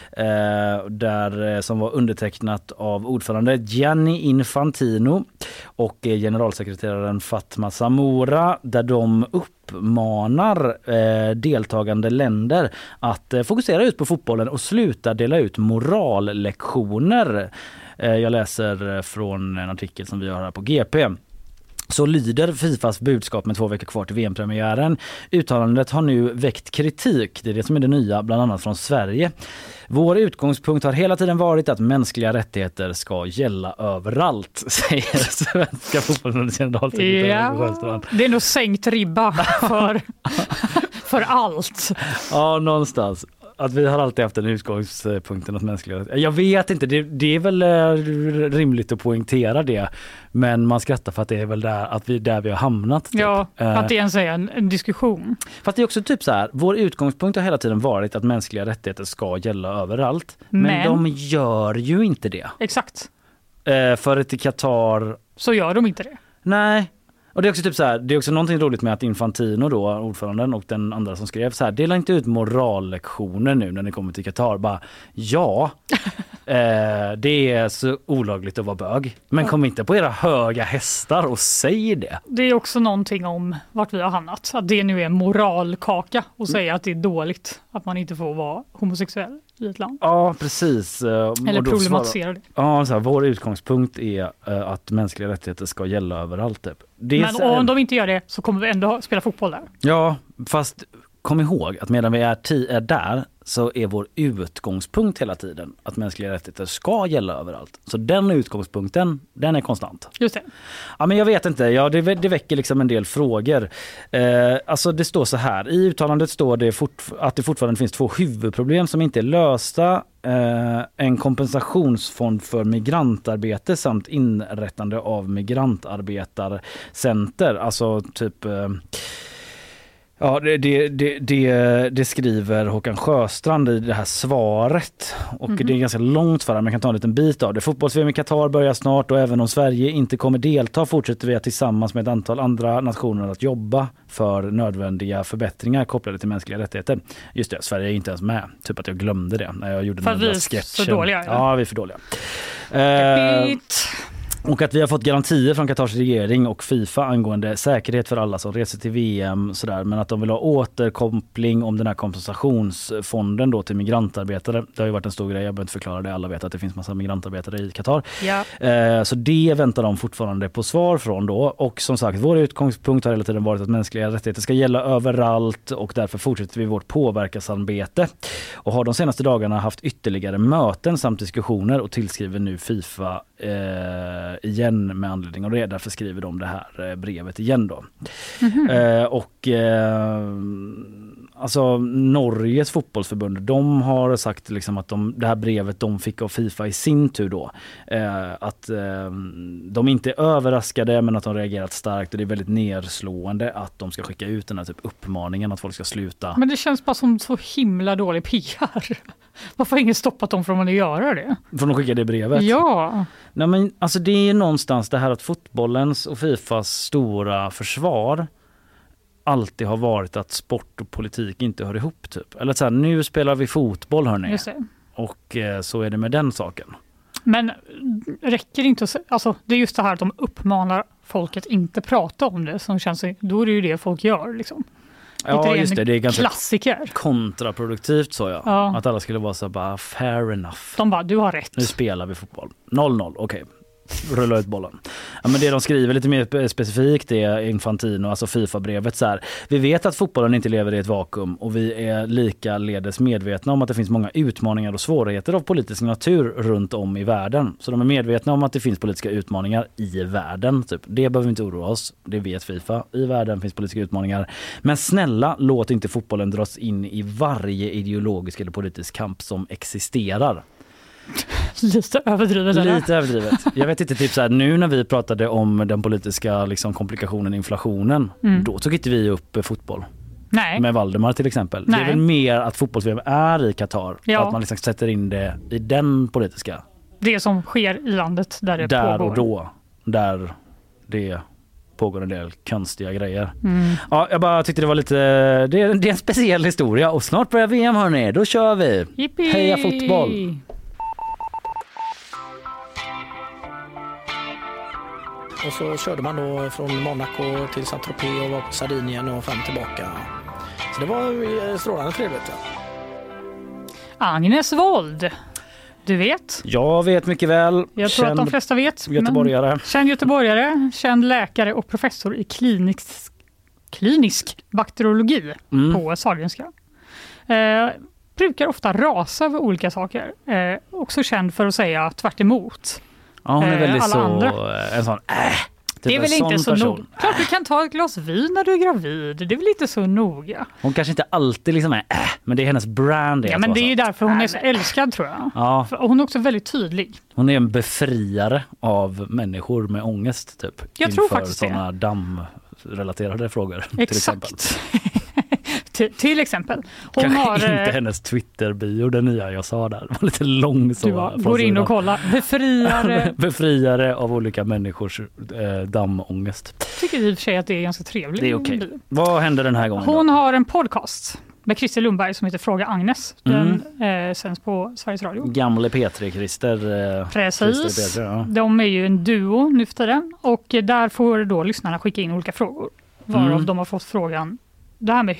Speaker 2: Eh, där, som var undertecknat av ordförande Gianni Infantino och generalsekreteraren Fatma Zamora, där de uppmanar eh, deltagande länder att eh, fokusera ut på fotbollen och sluta dela ut morallektioner. Eh, jag läser från en artikel som vi har här på G P. Så lyder FIFAs budskap med två veckor kvar till V M-premiären. Uttalandet har nu väckt kritik. Det är det som är det nya, bland annat från Sverige. Vår utgångspunkt har hela tiden varit att mänskliga rättigheter ska gälla överallt, säger svenska fotbollens generalsekreterare.
Speaker 3: Ja, det är nog sänkt ribba för, för allt.
Speaker 2: Ja, någonstans. Att vi har alltid haft en utgångspunkten att mänskliga rättigheter. Jag vet inte, det, det är väl rimligt att poängtera det. Men man skrattar för att det är väl där, att vi, där vi har hamnat. Typ.
Speaker 3: Ja, att det ens är en, en diskussion.
Speaker 2: Fast det är också typ så här, vår utgångspunkt har hela tiden varit att mänskliga rättigheter ska gälla överallt. Men, men de gör ju inte det.
Speaker 3: Exakt.
Speaker 2: Eh, för att i Qatar...
Speaker 3: Så gör de inte det.
Speaker 2: Nej. Och det är också typ så här, det är också någonting roligt med att Infantino då, ordföranden, och den andra som skrev så här, dela inte ut morallektioner nu när ni kommer till Qatar. Bara, ja, eh, det är så olagligt att vara bög. Men kom inte på era höga hästar och säg det.
Speaker 3: Det är också någonting om vart vi har hamnat. Att det nu är moralkaka och säga att det är dåligt att man inte får vara homosexuell i ett land.
Speaker 2: Ja, precis.
Speaker 3: Eller problematisera det.
Speaker 2: Ja, så här, vår utgångspunkt är att mänskliga rättigheter ska gälla överallt. Typ. Det
Speaker 3: Men om de inte gör det så kommer vi ändå spela fotboll där.
Speaker 2: Ja, fast kom ihåg att medan vi är, t- är där så är vår utgångspunkt hela tiden att mänskliga rättigheter ska gälla överallt. Så den utgångspunkten, den är konstant.
Speaker 3: Just det.
Speaker 2: Ja, men jag vet inte. Ja, det, det väcker liksom en del frågor. Eh, alltså det står så här. I uttalandet står det fort, att det fortfarande finns två huvudproblem som inte är lösta. Eh, en kompensationsfond för migrantarbete samt inrättande av migrantarbetarcenter. Alltså typ... Eh, Ja, det, det, det, det skriver Håkan Sjöstrand i det här svaret. Och mm-hmm. det är ganska långt för det, men jag kan ta en liten bit av det. Fotbolls-V M i Qatar börjar snart och även om Sverige inte kommer delta fortsätter vi att tillsammans med ett antal andra nationer att jobba för nödvändiga förbättringar kopplade till mänskliga rättigheter. Just det, Sverige är inte ens med. Typ att jag glömde det när jag gjorde
Speaker 3: för
Speaker 2: den där
Speaker 3: sketchen.
Speaker 2: sketchen.
Speaker 3: För dåliga? Eller?
Speaker 2: Ja, vi är för dåliga.
Speaker 3: Eh,
Speaker 2: Och att vi har fått garantier från Katars regering och FIFA angående säkerhet för alla som reser till V M. Sådär, men att de vill ha återkoppling om den här kompensationsfonden då till migrantarbetare. Det har ju varit en stor grej, jag behöver inte förklara det. Alla vet att det finns massa migrantarbetare i Katar.
Speaker 3: Ja.
Speaker 2: Eh, så det väntar de fortfarande på svar från då. Och som sagt, vår utgångspunkt har hela tiden varit att mänskliga rättigheter ska gälla överallt och därför fortsätter vi vårt påverkansarbete. Och har de senaste dagarna haft ytterligare möten samt diskussioner och tillskriver nu FIFA eh, igen med anledning av det. Därför skriver de det här brevet igen då. Mm-hmm. Eh, och eh, alltså Norges fotbollsförbund, de har sagt liksom att de, det här brevet de fick av FIFA i sin tur då, eh, att eh, de inte är överraskade men att de reagerat starkt och det är väldigt nedslående att de ska skicka ut den här typ uppmaningen att folk ska sluta.
Speaker 3: Men det känns bara som så himla dålig P R. Varför har ingen stoppat dem från att göra det?
Speaker 2: Från att skicka det brevet?
Speaker 3: Ja.
Speaker 2: Nej, men alltså det är någonstans det här att fotbollens och FIFAs stora försvar alltid har varit att sport och politik inte hör ihop typ. Eller så här, nu spelar vi fotboll hörni.
Speaker 3: Just det.
Speaker 2: Och eh, så är det med den saken.
Speaker 3: Men räcker det inte att, alltså det är just det här att de uppmanar folket inte prata om det som känns, då är det ju det folk gör liksom.
Speaker 2: Ja, just det. Det är ganska
Speaker 3: klassiker.
Speaker 2: Kontraproduktivt så ja.
Speaker 3: ja.
Speaker 2: Att alla skulle vara så bara fair enough.
Speaker 3: De bara, du har rätt.
Speaker 2: Nu spelar vi fotboll. noll noll, okej. Okay. Rulla ut bollen. Ja, men det de skriver lite mer specifikt är Infantino, alltså FIFA-brevet så här. Vi vet att fotbollen inte lever i ett vakuum och vi är lika ledes medvetna om att det finns många utmaningar och svårigheter av politisk natur runt om i världen. Så de är medvetna om att det finns politiska utmaningar i världen. Typ. Det behöver vi inte oroa oss. Det vet FIFA. I världen finns politiska utmaningar. Men snälla, låt inte fotbollen dras in i varje ideologisk eller politisk kamp som existerar.
Speaker 3: Lite överdrivet eller?
Speaker 2: Lite överdrivet. Jag vet inte, typ så här, nu när vi pratade om den politiska liksom, komplikationen, inflationen, mm. då tog inte vi upp fotboll.
Speaker 3: Nej.
Speaker 2: Med Valdemar till exempel. Nej. Det är väl mer att fotbolls-V M är i Qatar. Ja. Att man liksom sätter in det i den politiska.
Speaker 3: Det som sker i landet där det
Speaker 2: där
Speaker 3: pågår.
Speaker 2: Och då. Där det pågår en del konstiga grejer.
Speaker 3: Mm.
Speaker 2: Ja, jag bara tyckte det var lite, det är, det är en speciell historia och snart börjar V M hörni, då kör vi.
Speaker 3: Yippie!
Speaker 2: Heja fotboll!
Speaker 11: Och så körde man då från Monaco till Saint-Tropez och var på Sardinien och fram tillbaka. Så det var strålande trevligt. Ja.
Speaker 3: Agnes Wold. Du vet?
Speaker 2: Jag vet mycket väl.
Speaker 3: Jag tror känd att de flesta vet.
Speaker 2: Göteborgare.
Speaker 3: Känd göteborgare, känd läkare och professor i klinisk, klinisk bakteriologi mm. på Sahlgrenska. Eh, brukar ofta rasa över olika saker. Eh, också känd för att säga tvärt emot.
Speaker 2: Ja, hon är väldigt
Speaker 3: alla
Speaker 2: så,
Speaker 3: andra.
Speaker 2: En sån äh, typ
Speaker 3: det är väl inte så noga. Klart du kan ta ett glas vin när du är gravid. Det är väl inte så noga.
Speaker 2: Hon kanske inte alltid liksom är äh, men det är hennes brand.
Speaker 3: Ja, men det är ju därför hon är så älskad tror jag.
Speaker 2: Ja.
Speaker 3: Och hon är också väldigt tydlig.
Speaker 2: Hon är en befriare av människor med ångest typ.
Speaker 3: Jag tror faktiskt
Speaker 2: sådana dammrelaterade frågor.
Speaker 3: Exakt.
Speaker 2: Till exempel.
Speaker 3: Till, till exempel. Hon
Speaker 2: Kanske
Speaker 3: har,
Speaker 2: inte hennes Twitter-bio, den nya jag sa där. Det var lite lång så.
Speaker 3: Du var, går in och kollar. Befriare.
Speaker 2: Befriare av olika människors eh, dammångest.
Speaker 3: Jag tycker i och för sig att det är ganska trevligt.
Speaker 2: Det är okej. Okay. Vad händer den här gången
Speaker 3: Hon
Speaker 2: då?
Speaker 3: har en podcast med Christer Lundberg som heter Fråga Agnes. Den mm. eh, sänds på Sveriges Radio.
Speaker 2: Gamle P tre Christer. Eh,
Speaker 3: Precis.
Speaker 2: Christer P tre, ja.
Speaker 3: De är ju en duo nu för tiden. Och där får då lyssnarna skicka in olika frågor. Varav mm. de har fått frågan det här med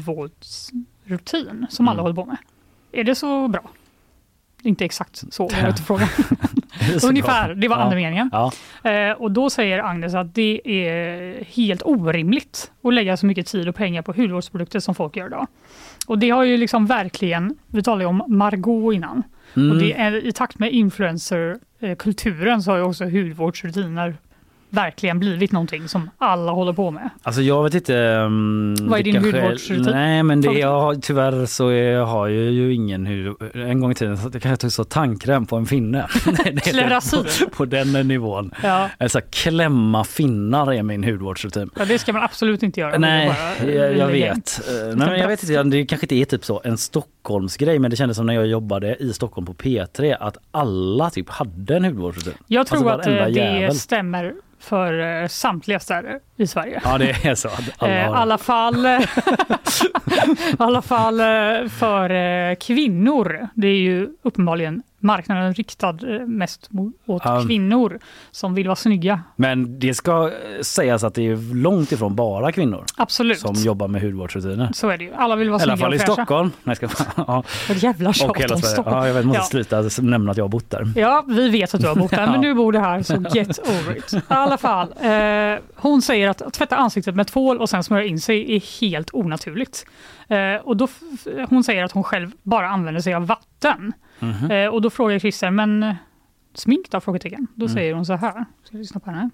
Speaker 3: hudvårdsrutin som mm. alla håller på med. Är det så bra? Inte exakt så, jag vet frågan. Ungefär, bra? Det var ja. andemeningen.
Speaker 2: Ja.
Speaker 3: Eh, och då säger Agnes att det är helt orimligt att lägga så mycket tid och pengar på hudvårdsprodukter som folk gör idag. Och det har ju liksom verkligen, vi talade om Margot innan. Mm. Och det är, i takt med influencerkulturen så har ju också hudvårdsrutiner verkligen blivit någonting som alla håller på med.
Speaker 2: Alltså jag vet inte... Um,
Speaker 3: Vad är din hudvårdsrutin?
Speaker 2: Nej, men det jag, tyvärr så är, jag har jag ju ingen hud... En gång i tiden så kan jag ta så tandkräm på en finne. på, på den nivån.
Speaker 3: Ja.
Speaker 2: Alltså klämma finnar är min hudvårdsrutin.
Speaker 3: Ja, det ska man absolut inte göra.
Speaker 2: Nej, jag, jag vet. Nej, men jag vet inte, det kanske inte är typ så en Stockholmsgrej, men det kändes som när jag jobbade i Stockholm på P tre att alla typ hade en hudvårdsrutin.
Speaker 3: Jag tror
Speaker 2: alltså,
Speaker 3: att det
Speaker 2: jävel.
Speaker 3: stämmer för samtliga städer i Sverige.
Speaker 2: Ja, det är så.
Speaker 3: I eh, alla fall, alla fall för kvinnor. Det är ju uppenbarligen marknaden riktad mest åt
Speaker 2: um,
Speaker 3: kvinnor som vill vara snygga.
Speaker 2: Men det ska sägas att det är långt ifrån bara kvinnor.
Speaker 3: Absolut.
Speaker 2: Som jobbar med hudvårdsrutiner.
Speaker 3: Så är det ju. Alla vill vara
Speaker 2: snygga
Speaker 3: och fräscha.
Speaker 2: I alla fall i Stockholm. Nej, ska, ja.
Speaker 3: Ett jävla tjat om Stockholm.
Speaker 2: Ja, jag vet, måste
Speaker 3: ja.
Speaker 2: sluta nämna att jag har bott där.
Speaker 3: Ja, vi vet att du har bott där, men nu bor det här, så get over it. I alla fall, eh, hon säger att, att tvätta ansiktet med tvål och sen smörja in sig är helt onaturligt. Eh, och då, hon säger att hon själv bara använder sig av vatten. Mm-hmm. Eh, och då frågar Christer, men smink då? Frågetecken. Då mm. säger hon så här. Ska vi lyssna på henne?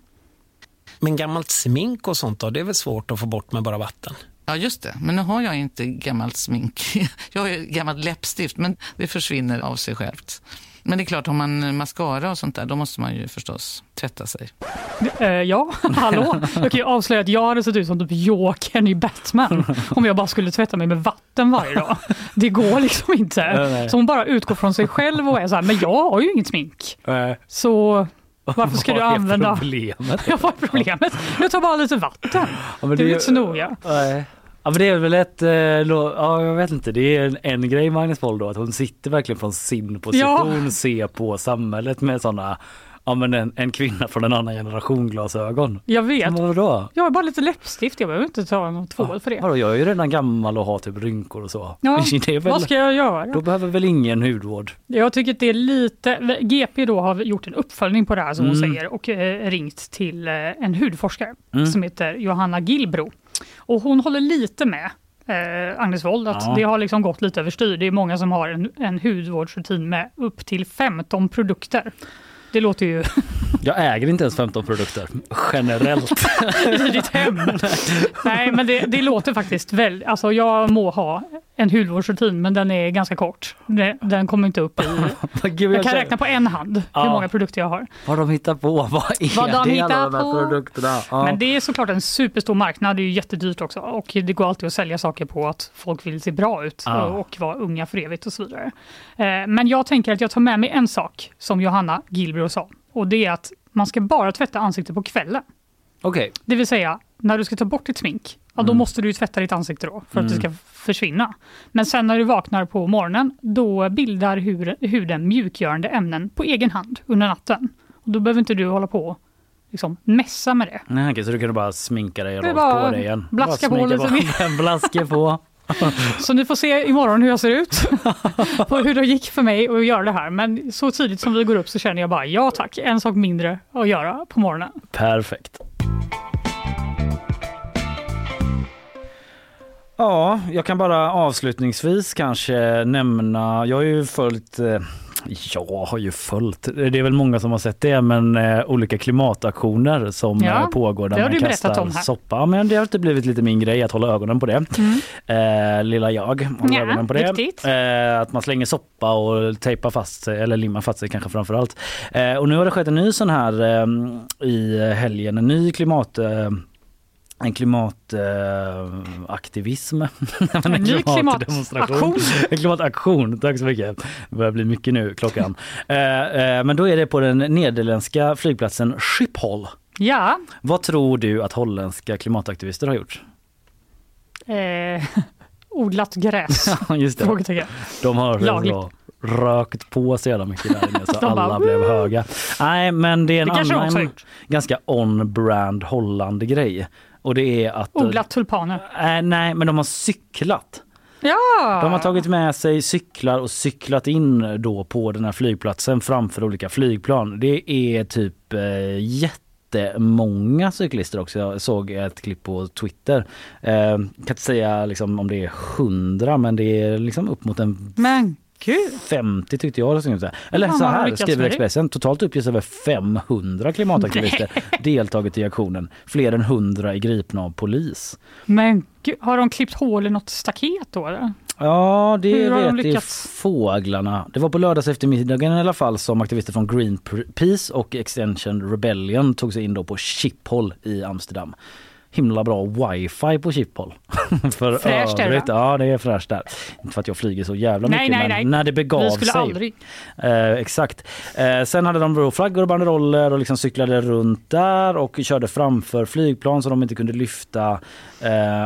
Speaker 11: Men gammalt smink och sånt då, det är väl svårt att få bort med bara vatten?
Speaker 12: Ja, just det. Men nu har jag inte gammalt smink. Jag har ju gammalt läppstift, men det försvinner av sig självt. Men det är klart, om man mascara och sånt där, då måste man ju förstås tvätta sig.
Speaker 3: Uh, ja, hallå. Jag kan ju avslöja att jag hade sett ut som typ Jokern i Batman om jag bara skulle tvätta mig med vatten varje dag. Det går liksom inte. Uh, så hon bara utgår från sig själv och är så här, men jag har ju inget smink. Uh. Så varför ska du använda...
Speaker 2: Vad är problemet?
Speaker 3: Ja, vad är problemet? Jag tar bara lite vatten. Ja, det är ju inte så noga.
Speaker 2: Uh. Ja, men det är väl ett, eh, ja, jag vet inte, det är en, en grej Magnus Boll då, att hon sitter verkligen från sin position, ja. ser på samhället med sådana, ja men en, en kvinna från en annan generation glasögon.
Speaker 3: Jag vet.
Speaker 2: Men vadå?
Speaker 3: Jag har bara lite läppstift, jag behöver inte ta något tvål för det.
Speaker 2: Vadå, jag är ju redan gammal och har typ rynkor och så.
Speaker 3: Ja,
Speaker 2: det är väl,
Speaker 3: vad ska jag göra?
Speaker 2: Då behöver väl ingen hudvård.
Speaker 3: Jag tycker att det är lite, G P då har gjort en uppföljning på det här som mm. hon säger och eh, ringt till eh, en hudforskare mm. som heter Johanna Gillbro. Och hon håller lite med eh, Agnes Wold att ja. det har liksom gått lite överstyr. Det är många som har en, en hudvårdsrutin med upp till femton produkter. Det låter ju...
Speaker 2: Jag äger inte ens femton produkter, generellt.
Speaker 3: I ditt hem. Nej, men det, det låter faktiskt väldigt... Alltså jag må ha en hudvårdsrutin, men den är ganska kort. Den, den kommer inte upp i... Gud, jag, jag kan räkna på en hand ja. hur många produkter jag har.
Speaker 2: Vad de hittar på, vad är
Speaker 3: vad de
Speaker 2: det
Speaker 3: hittar
Speaker 2: alla de här produkterna? Ja.
Speaker 3: Men det är såklart en superstor marknad, det är ju jättedyrt också. Och det går alltid att sälja saker på att folk vill se bra ut ja. och, och vara unga för evigt och så vidare. Eh, men jag tänker att jag tar med mig en sak som Johanna Gillbro sa. Och det är att man ska bara tvätta ansiktet på kvällen.
Speaker 2: Okej. Okay.
Speaker 3: Det vill säga, när du ska ta bort ditt smink, ja, då mm. måste du tvätta ditt ansikte då för att mm. det ska försvinna. Men sen när du vaknar på morgonen, då bildar huden mjukgörande ämnen på egen hand under natten. Och då behöver inte du hålla på liksom mässa med det.
Speaker 2: Nej, okej, så du kan bara sminka dig rakt på dig igen.
Speaker 3: Blaska på lite mer.
Speaker 2: Blaska på.
Speaker 3: Så ni får se imorgon hur jag ser ut på hur det gick för mig att göra det här. Men så tidigt som vi går upp så känner jag bara ja tack, en sak mindre att göra på morgonen.
Speaker 2: Perfekt. Ja, jag kan bara avslutningsvis kanske nämna, jag har ju följt... Jag har ju följt, det är väl många som har sett det, men eh, olika klimataktioner som ja, eh, pågår där man kastar soppa. Ja, men det har inte blivit lite min grej att hålla ögonen på det. Mm. Eh, lilla jag håller ja, ögonen på det. Eh, att man slänger soppa och tejpar fast sig, eller limmar fast sig kanske framförallt. Eh, och nu har det skett en ny sån här eh, i helgen, en ny klimat... Eh, En klimataktivism. Eh,
Speaker 3: en ny klimataktion.
Speaker 2: En klimataktion, tack så mycket. Det börjar bli mycket nu, klockan. eh, eh, men då är det på den nederländska flygplatsen Schiphol.
Speaker 3: Ja.
Speaker 2: Vad tror du att holländska klimataktivister har gjort?
Speaker 3: Eh, odlat gräs.
Speaker 2: Ja, just det. De har så rökt på så jävla mycket där inne så alla bara, blev höga. Nej, men det är en det annan ganska on-brand Holland grej. Och det är att...
Speaker 3: Odlat tulpaner.
Speaker 2: Äh, nej, men de har cyklat.
Speaker 3: Ja!
Speaker 2: De har tagit med sig cyklar och cyklat in då på den här flygplatsen framför olika flygplan. Det är typ eh, jättemånga cyklister också. Jag såg ett klipp på Twitter. Eh, kan inte säga liksom, om det är hundra, men det är liksom upp mot en...
Speaker 3: Men gud.
Speaker 2: femtio tyckte jag. Eller så här skriver Expressen. Totalt uppges över femhundra klimataktivister deltagit i aktionen. Fler än hundra är gripna av polis.
Speaker 3: Men gud, har de klippt hål i något staket då? Eller?
Speaker 2: Ja, det vet de fåglarna. Det var på lördags eftermiddagen i alla fall som aktivister från Greenpeace och Extinction Rebellion tog sig in då på Schiphol i Amsterdam. Himla bra wifi på Schiphol. För
Speaker 3: fräscht
Speaker 2: övrigt, ja, det är fräscht där. Inte för att jag flyger så jävla mycket,
Speaker 3: nej, nej,
Speaker 2: men
Speaker 3: nej.
Speaker 2: när det begav
Speaker 3: Vi skulle
Speaker 2: sig.
Speaker 3: Aldrig.
Speaker 2: Eh, exakt. Eh, sen hade de då flaggor och banderoller och liksom cyklade runt där och körde framför flygplan så de inte kunde lyfta. Eh, och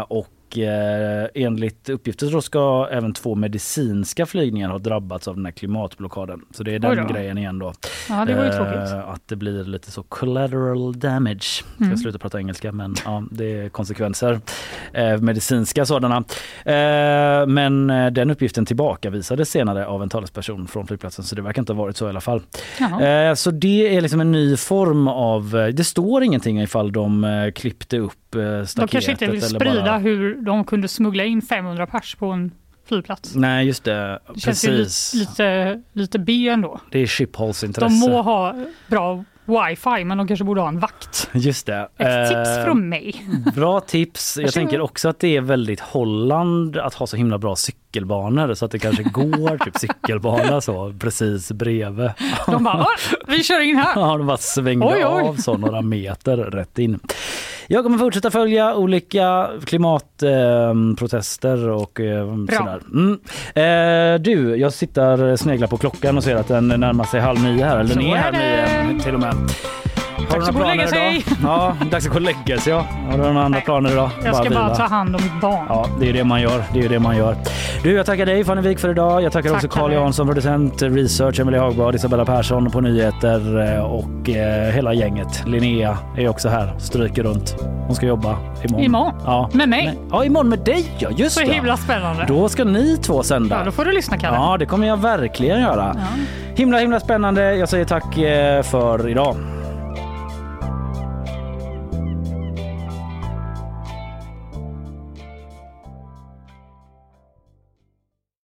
Speaker 2: och eh, enligt uppgifter så ska även två medicinska flygningar ha drabbats av den här klimatblockaden. Så det är den grejen igen då.
Speaker 3: Ja, det var ju
Speaker 2: eh,
Speaker 3: tråkigt.
Speaker 2: Att det blir lite så collateral damage. Mm. Jag slutar prata engelska, men ja, det är konsekvenser. Eh, medicinska sådana. Eh, men den uppgiften tillbaka visades senare av en talesperson från flygplatsen, så det verkar inte ha varit så i alla fall. Eh, så det är liksom en ny form av, det står ingenting ifall de eh, klippte upp eh, staketet.
Speaker 3: De kanske inte vill sprida
Speaker 2: bara...
Speaker 3: hur de kunde smuggla in femhundra pers på en flygplats.
Speaker 2: Nej, just det.
Speaker 3: Det
Speaker 2: Precis.
Speaker 3: känns ju lite, lite B ändå.
Speaker 2: Det är Schiphol-intresse.
Speaker 3: De må ha bra wifi, men de kanske borde ha en vakt.
Speaker 2: Just det.
Speaker 3: Ett
Speaker 2: eh,
Speaker 3: tips från mig.
Speaker 2: Bra tips. Jag tänker också att det är väldigt Holland att ha så himla bra cykelbanor, så att det kanske går typ cykelbana så precis bredvid.
Speaker 3: De bara, vi kör in här.
Speaker 2: Ja, de bara svängde oj, oj. av så några meter rätt in. Jag kommer fortsätta följa olika klimatprotester eh, och eh, sådär. Mm. Eh, du, jag sitter sneglar på klockan och ser att den närmar sig halv nio här. Eller den är halv nio till och med. Har
Speaker 3: dags att gå och lägga sig.
Speaker 2: Ja, dags att gå och lägga sig. Ja. Har du några andra planer idag?
Speaker 3: Jag ska
Speaker 2: bara,
Speaker 3: bara ta hand om mitt barn.
Speaker 2: Ja, det är det man gör. Det är det man gör. Du, jag tackar dig Fanny Wik för idag. Jag tackar, tackar också Carl Jansson, producent, research, Emilia Hagblad, Isabella Persson på nyheter och eh, hela gänget. Linnea är också här, stryker runt. Hon ska jobba imorgon.
Speaker 3: Imorgon?
Speaker 2: Ja.
Speaker 3: Med mig?
Speaker 2: Ja, imorgon med dig. Ja, just
Speaker 3: så
Speaker 2: det.
Speaker 3: himla spännande.
Speaker 2: Då ska ni två sända.
Speaker 3: Ja, då får du lyssna, Kalle.
Speaker 2: Ja, det kommer jag verkligen göra. Ja. Himla, himla spännande. Jag säger tack för idag.